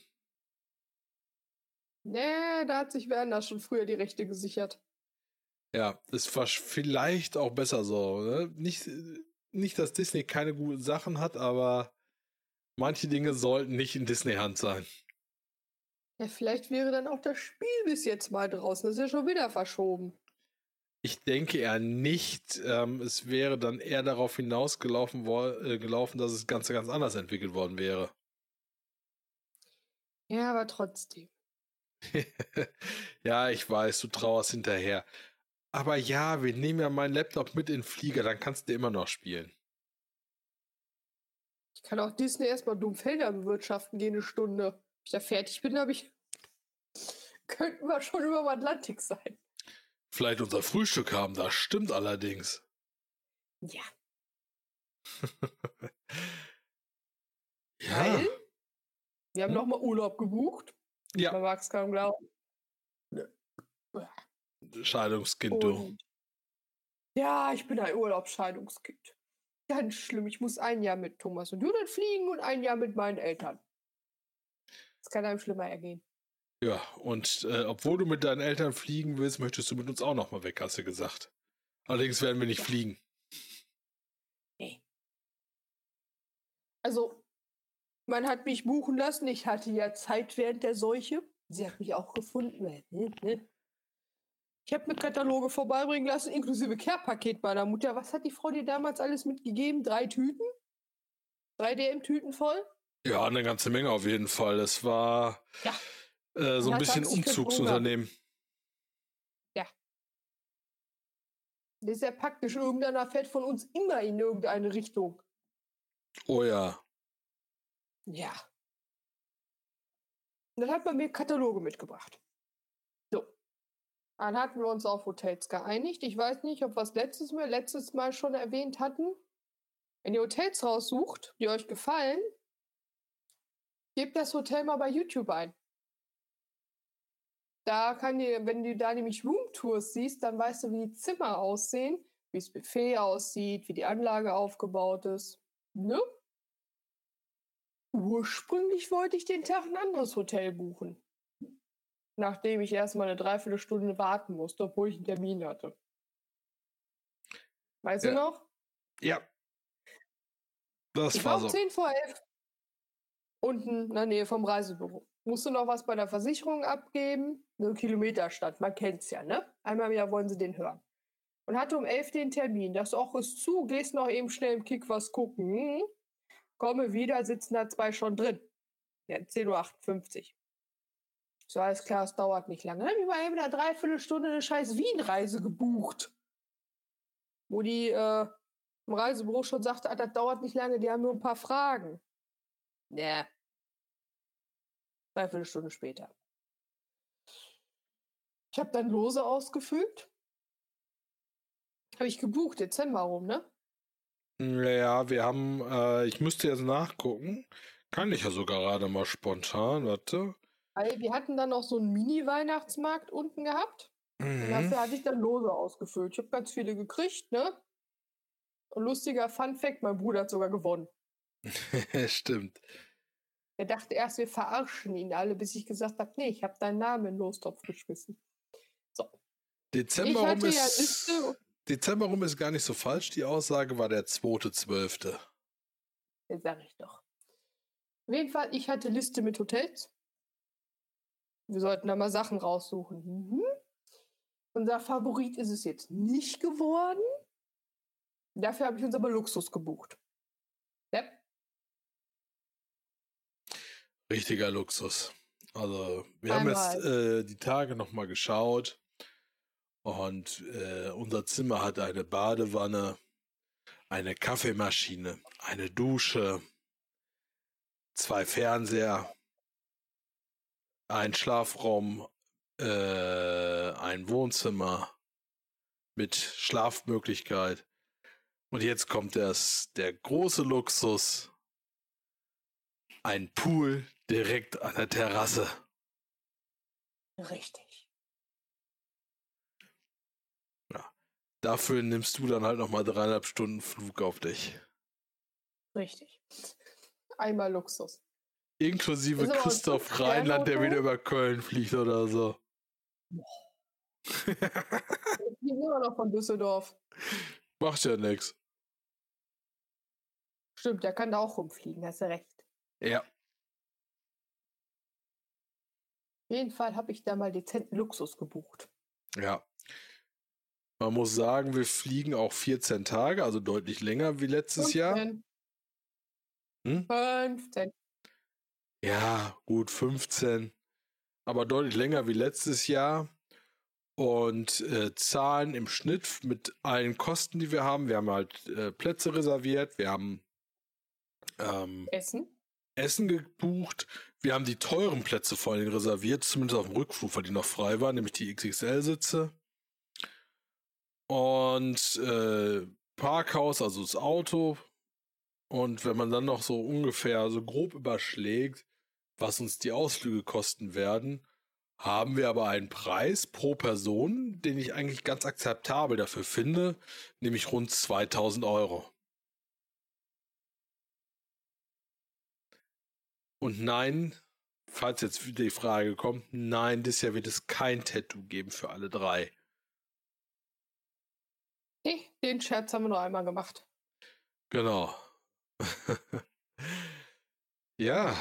Nee, da hat sich Werner schon früher die Rechte gesichert. Ja, ist vielleicht auch besser so. Ne? Nicht, dass Disney keine guten Sachen hat, aber manche Dinge sollten nicht in Disney-Hand sein. Ja, vielleicht wäre dann auch das Spiel bis jetzt mal draußen. Das ist ja schon wieder verschoben. Ich denke eher nicht. Es wäre dann eher darauf hinausgelaufen, dass das Ganze ganz anders entwickelt worden wäre. Ja, aber trotzdem. Ja, ich weiß, du trauerst hinterher. Aber ja, wir nehmen ja meinen Laptop mit in den Flieger, dann kannst du immer noch spielen. Ich kann auch Disney erstmal Dummfelder bewirtschaften gehen, eine Stunde. Wenn ich da fertig bin, könnten wir schon über dem Atlantik sein. Vielleicht unser Frühstück haben, das stimmt allerdings. Ja. Ja. Weil wir haben nochmal Urlaub gebucht. Ja. Man mag es kaum glauben. Scheidungskind, du. Und ja, ich bin ein Urlaubsscheidungskind. Ganz schlimm. Ich muss ein Jahr mit Thomas und Judith fliegen und ein Jahr mit meinen Eltern. Das kann einem schlimmer ergehen. Ja, und obwohl du mit deinen Eltern fliegen willst, möchtest du mit uns auch nochmal weg, hast du gesagt. Allerdings werden wir nicht fliegen. Nee. Also, man hat mich buchen lassen. Ich hatte ja Zeit während der Seuche. Sie hat mich auch gefunden. Ich habe mir Kataloge vorbeibringen lassen, inklusive Care-Paket meiner Mutter. Was hat die Frau dir damals alles mitgegeben? 3 Tüten? 3 DM-Tüten voll? Ja, eine ganze Menge auf jeden Fall. Es war so ein bisschen Umzugsunternehmen. Ja. Das ist ja praktisch. Irgendeiner fährt von uns immer in irgendeine Richtung. Oh ja. Ja. Und dann hat man mir Kataloge mitgebracht. So. Dann hatten wir uns auf Hotels geeinigt. Ich weiß nicht, ob wir es letztes Mal schon erwähnt hatten. Wenn ihr Hotels raussucht, die euch gefallen, gebt das Hotel mal bei YouTube ein. Da wenn du da nämlich Roomtours siehst, dann weißt du, wie die Zimmer aussehen, wie das Buffet aussieht, wie die Anlage aufgebaut ist. Ne? Ursprünglich wollte ich den Tag ein anderes Hotel buchen. Nachdem ich erstmal eine Dreiviertelstunde warten musste, obwohl ich einen Termin hatte. Weißt du noch? Ja. Das Ich war war so. um 10 vor 11 unten in der Nähe vom Reisebüro. Musste noch was bei der Versicherung abgeben. So ein Kilometerstand, man kennt's ja, ne? Einmal im Jahr wollen sie den hören. Und hatte um 11 den Termin. Das auch ist zu, gehst noch eben schnell im Kick was gucken. komme wieder, sitzen da 2 schon drin. Ja, 10:58 Uhr. So, alles klar, es dauert nicht lange. Dann habe ich mal eben eine Dreiviertelstunde eine scheiß Wien-Reise gebucht. Wo die im Reisebüro schon sagte, das dauert nicht lange, die haben nur ein paar Fragen. Ja. Dreiviertelstunde später. Ich habe dann Lose ausgefüllt. Habe ich gebucht, Dezember rum, ne? Ja, wir haben, ich müsste jetzt nachgucken. Kann ich ja sogar gerade mal spontan, warte. Weil wir hatten dann noch so einen Mini-Weihnachtsmarkt unten gehabt. Und Mhm. dafür hatte ich dann Lose ausgefüllt. Ich habe ganz viele gekriegt, ne? Und lustiger Fun-Fact, mein Bruder hat sogar gewonnen. Stimmt. Er dachte erst, wir verarschen ihn alle, bis ich gesagt habe, nee, ich habe deinen Namen in den Lostopf geschmissen. So. Dezember Ich rum hatte ja ist, Liste. Dezember rum ist gar nicht so falsch. Die Aussage war der 2.12. Das sag ich doch. Auf jeden Fall, ich hatte Liste mit Hotels. Wir sollten da mal Sachen raussuchen. Mhm. Unser Favorit ist es jetzt nicht geworden. Dafür habe ich uns aber Luxus gebucht. Ja. Richtiger Luxus. Also, wir haben Einmal. jetzt die Tage nochmal geschaut und unser Zimmer hat eine Badewanne, eine Kaffeemaschine, eine Dusche, 2 Fernseher, ein Schlafraum, ein Wohnzimmer mit Schlafmöglichkeit. Und jetzt kommt der große Luxus. Ein Pool direkt an der Terrasse. Richtig. Ja. Dafür nimmst du dann halt nochmal 3,5 Stunden Flug auf dich. Richtig. Einmal Luxus. Inklusive Ist aber auch ein Christoph 5-Sterne-Hotel. Rheinland, der wieder über Köln fliegt oder so. Ich bin immer noch von Düsseldorf. Macht ja nix. Stimmt, der kann da auch rumfliegen, hast du recht. Ja. Auf jeden Fall habe ich da mal dezenten Luxus gebucht. Ja. Man muss sagen, wir fliegen auch 14 Tage, also deutlich länger wie letztes Jahr. 15. Ja, gut, 15. Aber deutlich länger wie letztes Jahr. Und zahlen im Schnitt mit allen Kosten, die wir haben. Wir haben halt Plätze reserviert, wir haben Essen gebucht, wir haben die teuren Plätze vor allem reserviert, zumindest auf dem Rückflug, weil die noch frei waren, nämlich die XXL-Sitze. Und Parkhaus, also das Auto. Und wenn man dann noch so ungefähr so grob überschlägt, was uns die Ausflüge kosten werden, haben wir aber einen Preis pro Person, den ich eigentlich ganz akzeptabel dafür finde, nämlich rund 2.000 Euro. Und nein, falls jetzt wieder die Frage kommt, nein, dieses Jahr wird es kein Tattoo geben für alle 3. Nee, den Scherz haben wir nur einmal gemacht. Genau. Ja.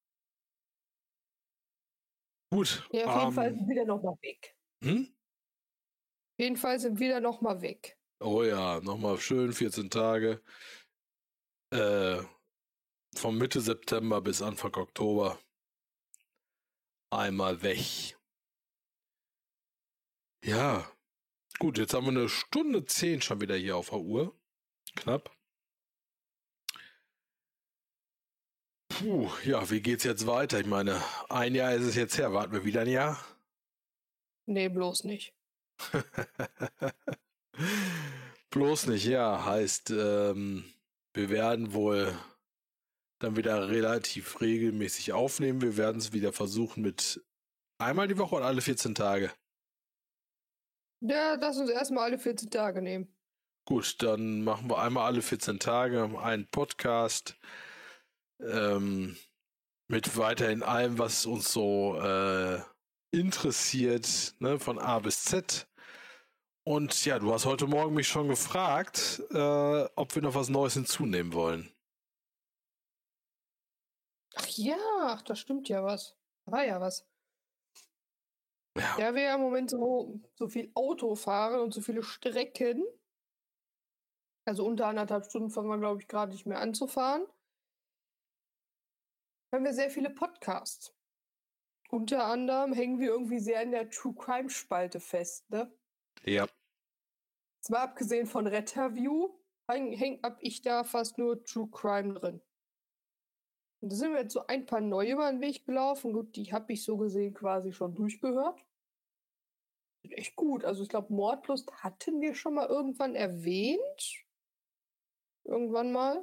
Gut. Ja, auf jeden Fall sind wir dann nochmal weg. Auf jeden Fall sind wir dann nochmal weg. Oh ja, nochmal schön 14 Tage. Von Mitte September bis Anfang Oktober. Einmal weg. Ja. Gut, jetzt haben wir 1:10 schon wieder hier auf der Uhr. Knapp. Puh, ja, wie geht's jetzt weiter? Ich meine, ein Jahr ist es jetzt her. Warten wir wieder ein Jahr? Nee, bloß nicht. Bloß nicht, ja. Heißt, wir werden wohl dann wieder relativ regelmäßig aufnehmen. Wir werden es wieder versuchen mit einmal die Woche und alle 14 Tage. Ja, lass uns erstmal alle 14 Tage nehmen. Gut, dann machen wir einmal alle 14 Tage einen Podcast mit weiterhin allem, was uns so interessiert, ne, von A bis Z. Und ja, du hast heute Morgen mich schon gefragt, ob wir noch was Neues hinzunehmen wollen. Ach ja, das stimmt ja was. Da war ja was. Ja. Da wir ja im Moment so viel Auto fahren und so viele Strecken, also unter 1,5 Stunden fangen wir, glaube ich, gerade nicht mehr an zu fahren, haben wir sehr viele Podcasts. Unter anderem hängen wir irgendwie sehr in der True Crime Spalte fest, ne? Ja. Zwar abgesehen von Retterview, hab ich da fast nur True Crime drin. Und da sind mir jetzt so ein paar neue über den Weg gelaufen. Gut, die habe ich so gesehen quasi schon durchgehört. Sind echt gut. Also ich glaube, Mordlust hatten wir schon mal irgendwann erwähnt. Irgendwann mal.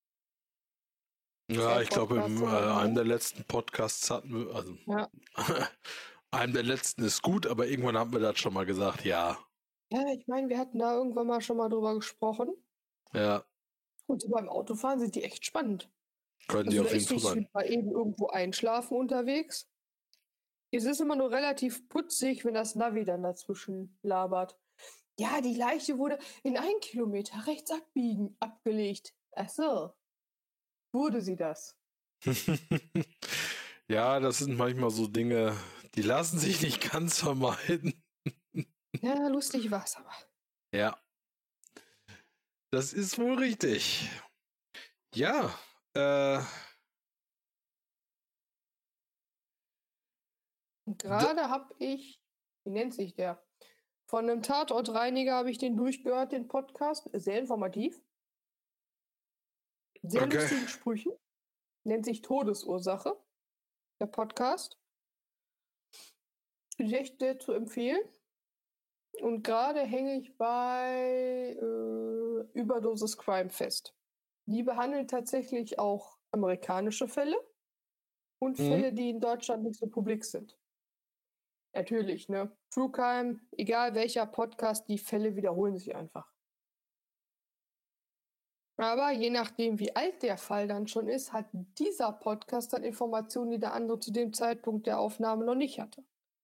Ja, Der ich glaube, Podcast in oder so. einem der letzten Podcasts hatten wir, also Ja. einem der letzten ist gut, aber irgendwann haben wir das schon mal gesagt, ja. Ja, ich meine, wir hatten da irgendwann mal schon mal drüber gesprochen. Ja, Und so beim Autofahren sind die echt spannend. können die Also da auf jeden ist Fall nicht sein. wie mal eben irgendwo einschlafen unterwegs. Es ist immer nur relativ putzig, wenn das Navi dann dazwischen labert. Ja, die Leiche wurde in 1 Kilometer rechts abbiegen, abgelegt. Ach so. Wurde sie das? Ja, das sind manchmal so Dinge, die lassen sich nicht ganz vermeiden. Ja, lustig war's aber. Ja, das ist wohl richtig. Ja, Und gerade habe ich, wie nennt sich der? Von einem Tatortreiniger habe ich den durchgehört, den Podcast. Sehr informativ. Sehr Okay. lustigen Sprüchen. Nennt sich Todesursache, der Podcast. Ist echt sehr zu empfehlen. Und gerade hänge ich bei Überdosis Crime fest. Die behandeln tatsächlich auch amerikanische Fälle und Fälle, die in Deutschland nicht so publik sind. Natürlich, ne? True Crime, egal welcher Podcast, die Fälle wiederholen sich einfach. Aber je nachdem, wie alt der Fall dann schon ist, hat dieser Podcast dann Informationen, die der andere zu dem Zeitpunkt der Aufnahme noch nicht hatte.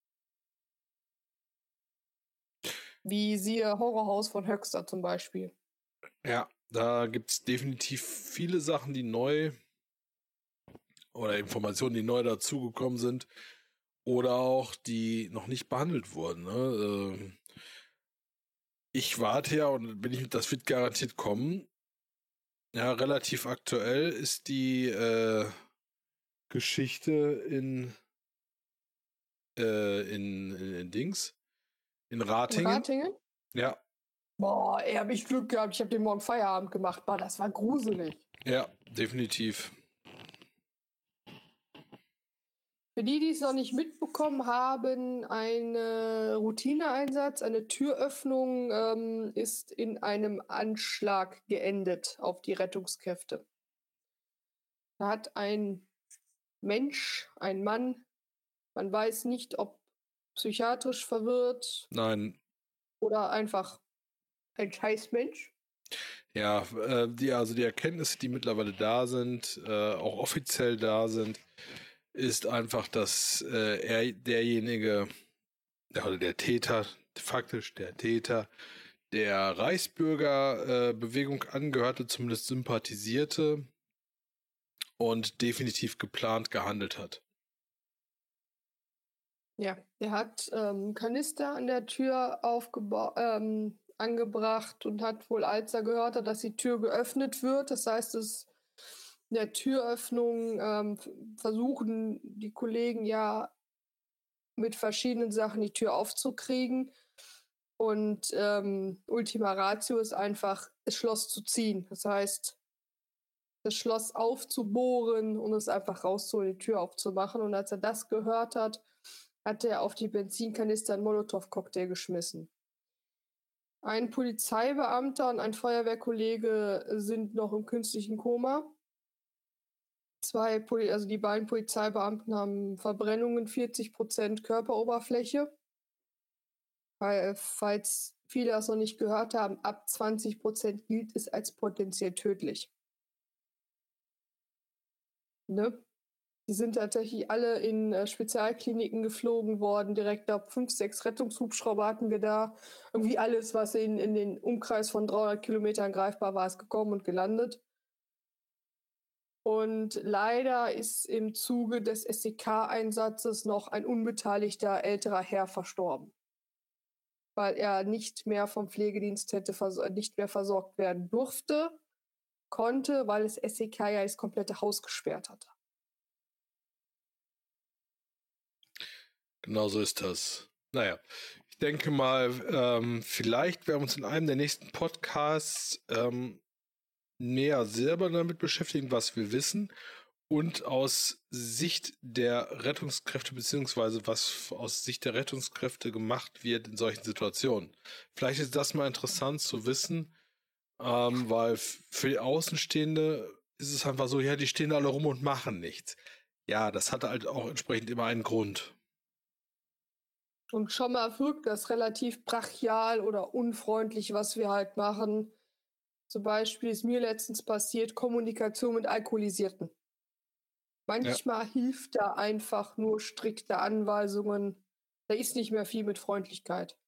Wie siehe Horrorhaus von Höxter zum Beispiel. Ja, da gibt es definitiv viele Sachen, die neu oder Informationen, die neu dazugekommen sind oder auch die noch nicht behandelt wurden. Ne? Ich warte ja und das wird garantiert kommen. Ja, relativ aktuell ist die Geschichte in Dings, in Ratingen. In Ratingen? Ja. Boah, ey, hab ich Glück gehabt. Ich habe den morgen Feierabend gemacht. Boah, das war gruselig. Ja, definitiv. Für die, die es noch nicht mitbekommen haben, ein Routineeinsatz, eine Türöffnung ist in einem Anschlag geendet auf die Rettungskräfte. Da hat ein Mensch, ein Mann, man weiß nicht, ob psychiatrisch verwirrt Nein. oder einfach ein Scheißmensch. Ja, die Erkenntnisse, die mittlerweile da sind, auch offiziell da sind, ist einfach, dass er derjenige, oder der Täter, faktisch der Täter, der Reichsbürgerbewegung angehörte, zumindest sympathisierte und definitiv geplant gehandelt hat. Ja, der hat Kanister an der Tür angebracht und hat wohl, als er gehört hat, dass die Tür geöffnet wird, das heißt, in der Türöffnung versuchen die Kollegen ja mit verschiedenen Sachen die Tür aufzukriegen. Und Ultima Ratio ist einfach, das Schloss zu ziehen. Das heißt, das Schloss aufzubohren und es einfach rauszuholen, die Tür aufzumachen. Und als er das gehört hat, hat er auf die Benzinkanister einen Molotow-Cocktail geschmissen. Ein Polizeibeamter und ein Feuerwehrkollege sind noch im künstlichen Koma. Die beiden Polizeibeamten haben Verbrennungen, 40% Körperoberfläche. Falls viele das noch nicht gehört haben, ab 20% gilt es als potenziell tödlich. Ne? Die sind tatsächlich alle in Spezialkliniken geflogen worden. Direkt ab 5, 6 Rettungshubschrauber hatten wir da. Irgendwie alles, was in den Umkreis von 300 Kilometern greifbar war, ist gekommen und gelandet. Und leider ist im Zuge des SEK-Einsatzes noch ein unbeteiligter älterer Herr verstorben, weil er nicht mehr vom Pflegedienst nicht mehr versorgt werden konnte, weil das SEK ja das komplette Haus gesperrt hatte. Genau so ist das. Naja, ich denke mal, vielleicht werden wir uns in einem der nächsten Podcasts näher selber damit beschäftigen, was wir wissen und aus Sicht der Rettungskräfte, beziehungsweise was aus Sicht der Rettungskräfte gemacht wird in solchen Situationen. Vielleicht ist das mal interessant zu wissen, weil für die Außenstehende ist es einfach so, ja, die stehen alle rum und machen nichts. Ja, das hat halt auch entsprechend immer einen Grund. Und schon mal wirkt das relativ brachial oder unfreundlich, was wir halt machen. Zum Beispiel ist mir letztens passiert, Kommunikation mit Alkoholisierten. Manchmal hilft da einfach nur strikte Anweisungen. Da ist nicht mehr viel mit Freundlichkeit.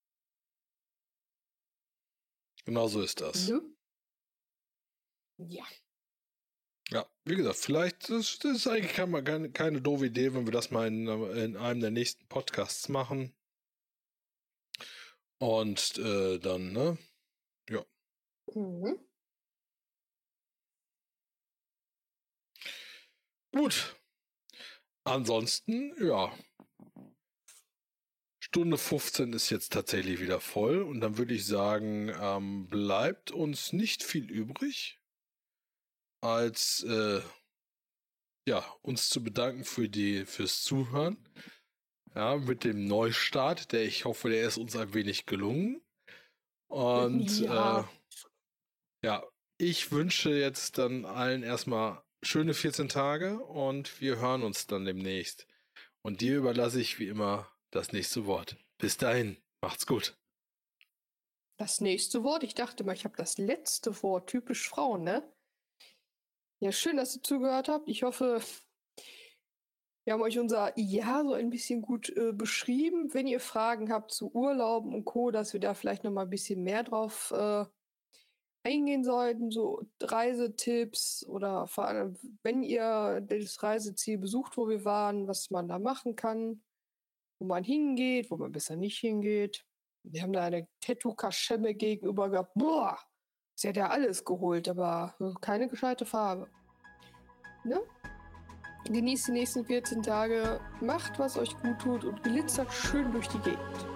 Genau so ist das. Ne? Ja. Ja, wie gesagt, vielleicht das ist eigentlich keine doofe Idee, wenn wir das mal in einem der nächsten Podcasts machen. Und dann, ne? Ja. Mhm. Gut. Ansonsten, ja. Stunde 15 ist jetzt tatsächlich wieder voll. Und dann würde ich sagen, bleibt uns nicht viel übrig, als uns zu bedanken fürs Zuhören. Ja, mit dem Neustart, ich hoffe, der ist uns ein wenig gelungen. Und ich wünsche jetzt dann allen erstmal schöne 14 Tage und wir hören uns dann demnächst. Und dir überlasse ich wie immer das nächste Wort. Bis dahin, macht's gut. Das nächste Wort? Ich dachte mal, ich habe das letzte Wort. Typisch Frauen, ne? Ja, schön, dass ihr zugehört habt. Ich hoffe, wir haben euch unser Jahr so ein bisschen gut beschrieben. Wenn ihr Fragen habt zu Urlauben und Co., dass wir da vielleicht noch mal ein bisschen mehr drauf eingehen sollten, so Reisetipps oder vor allem, wenn ihr das Reiseziel besucht, wo wir waren, was man da machen kann, wo man hingeht, wo man besser nicht hingeht. Wir haben da eine Tattoo-Kaschemme gegenüber gehabt. Boah, sie hat ja alles geholt, aber keine gescheite Farbe. Ne? Genießt die nächsten 14 Tage, macht, was euch gut tut und glitzert schön durch die Gegend.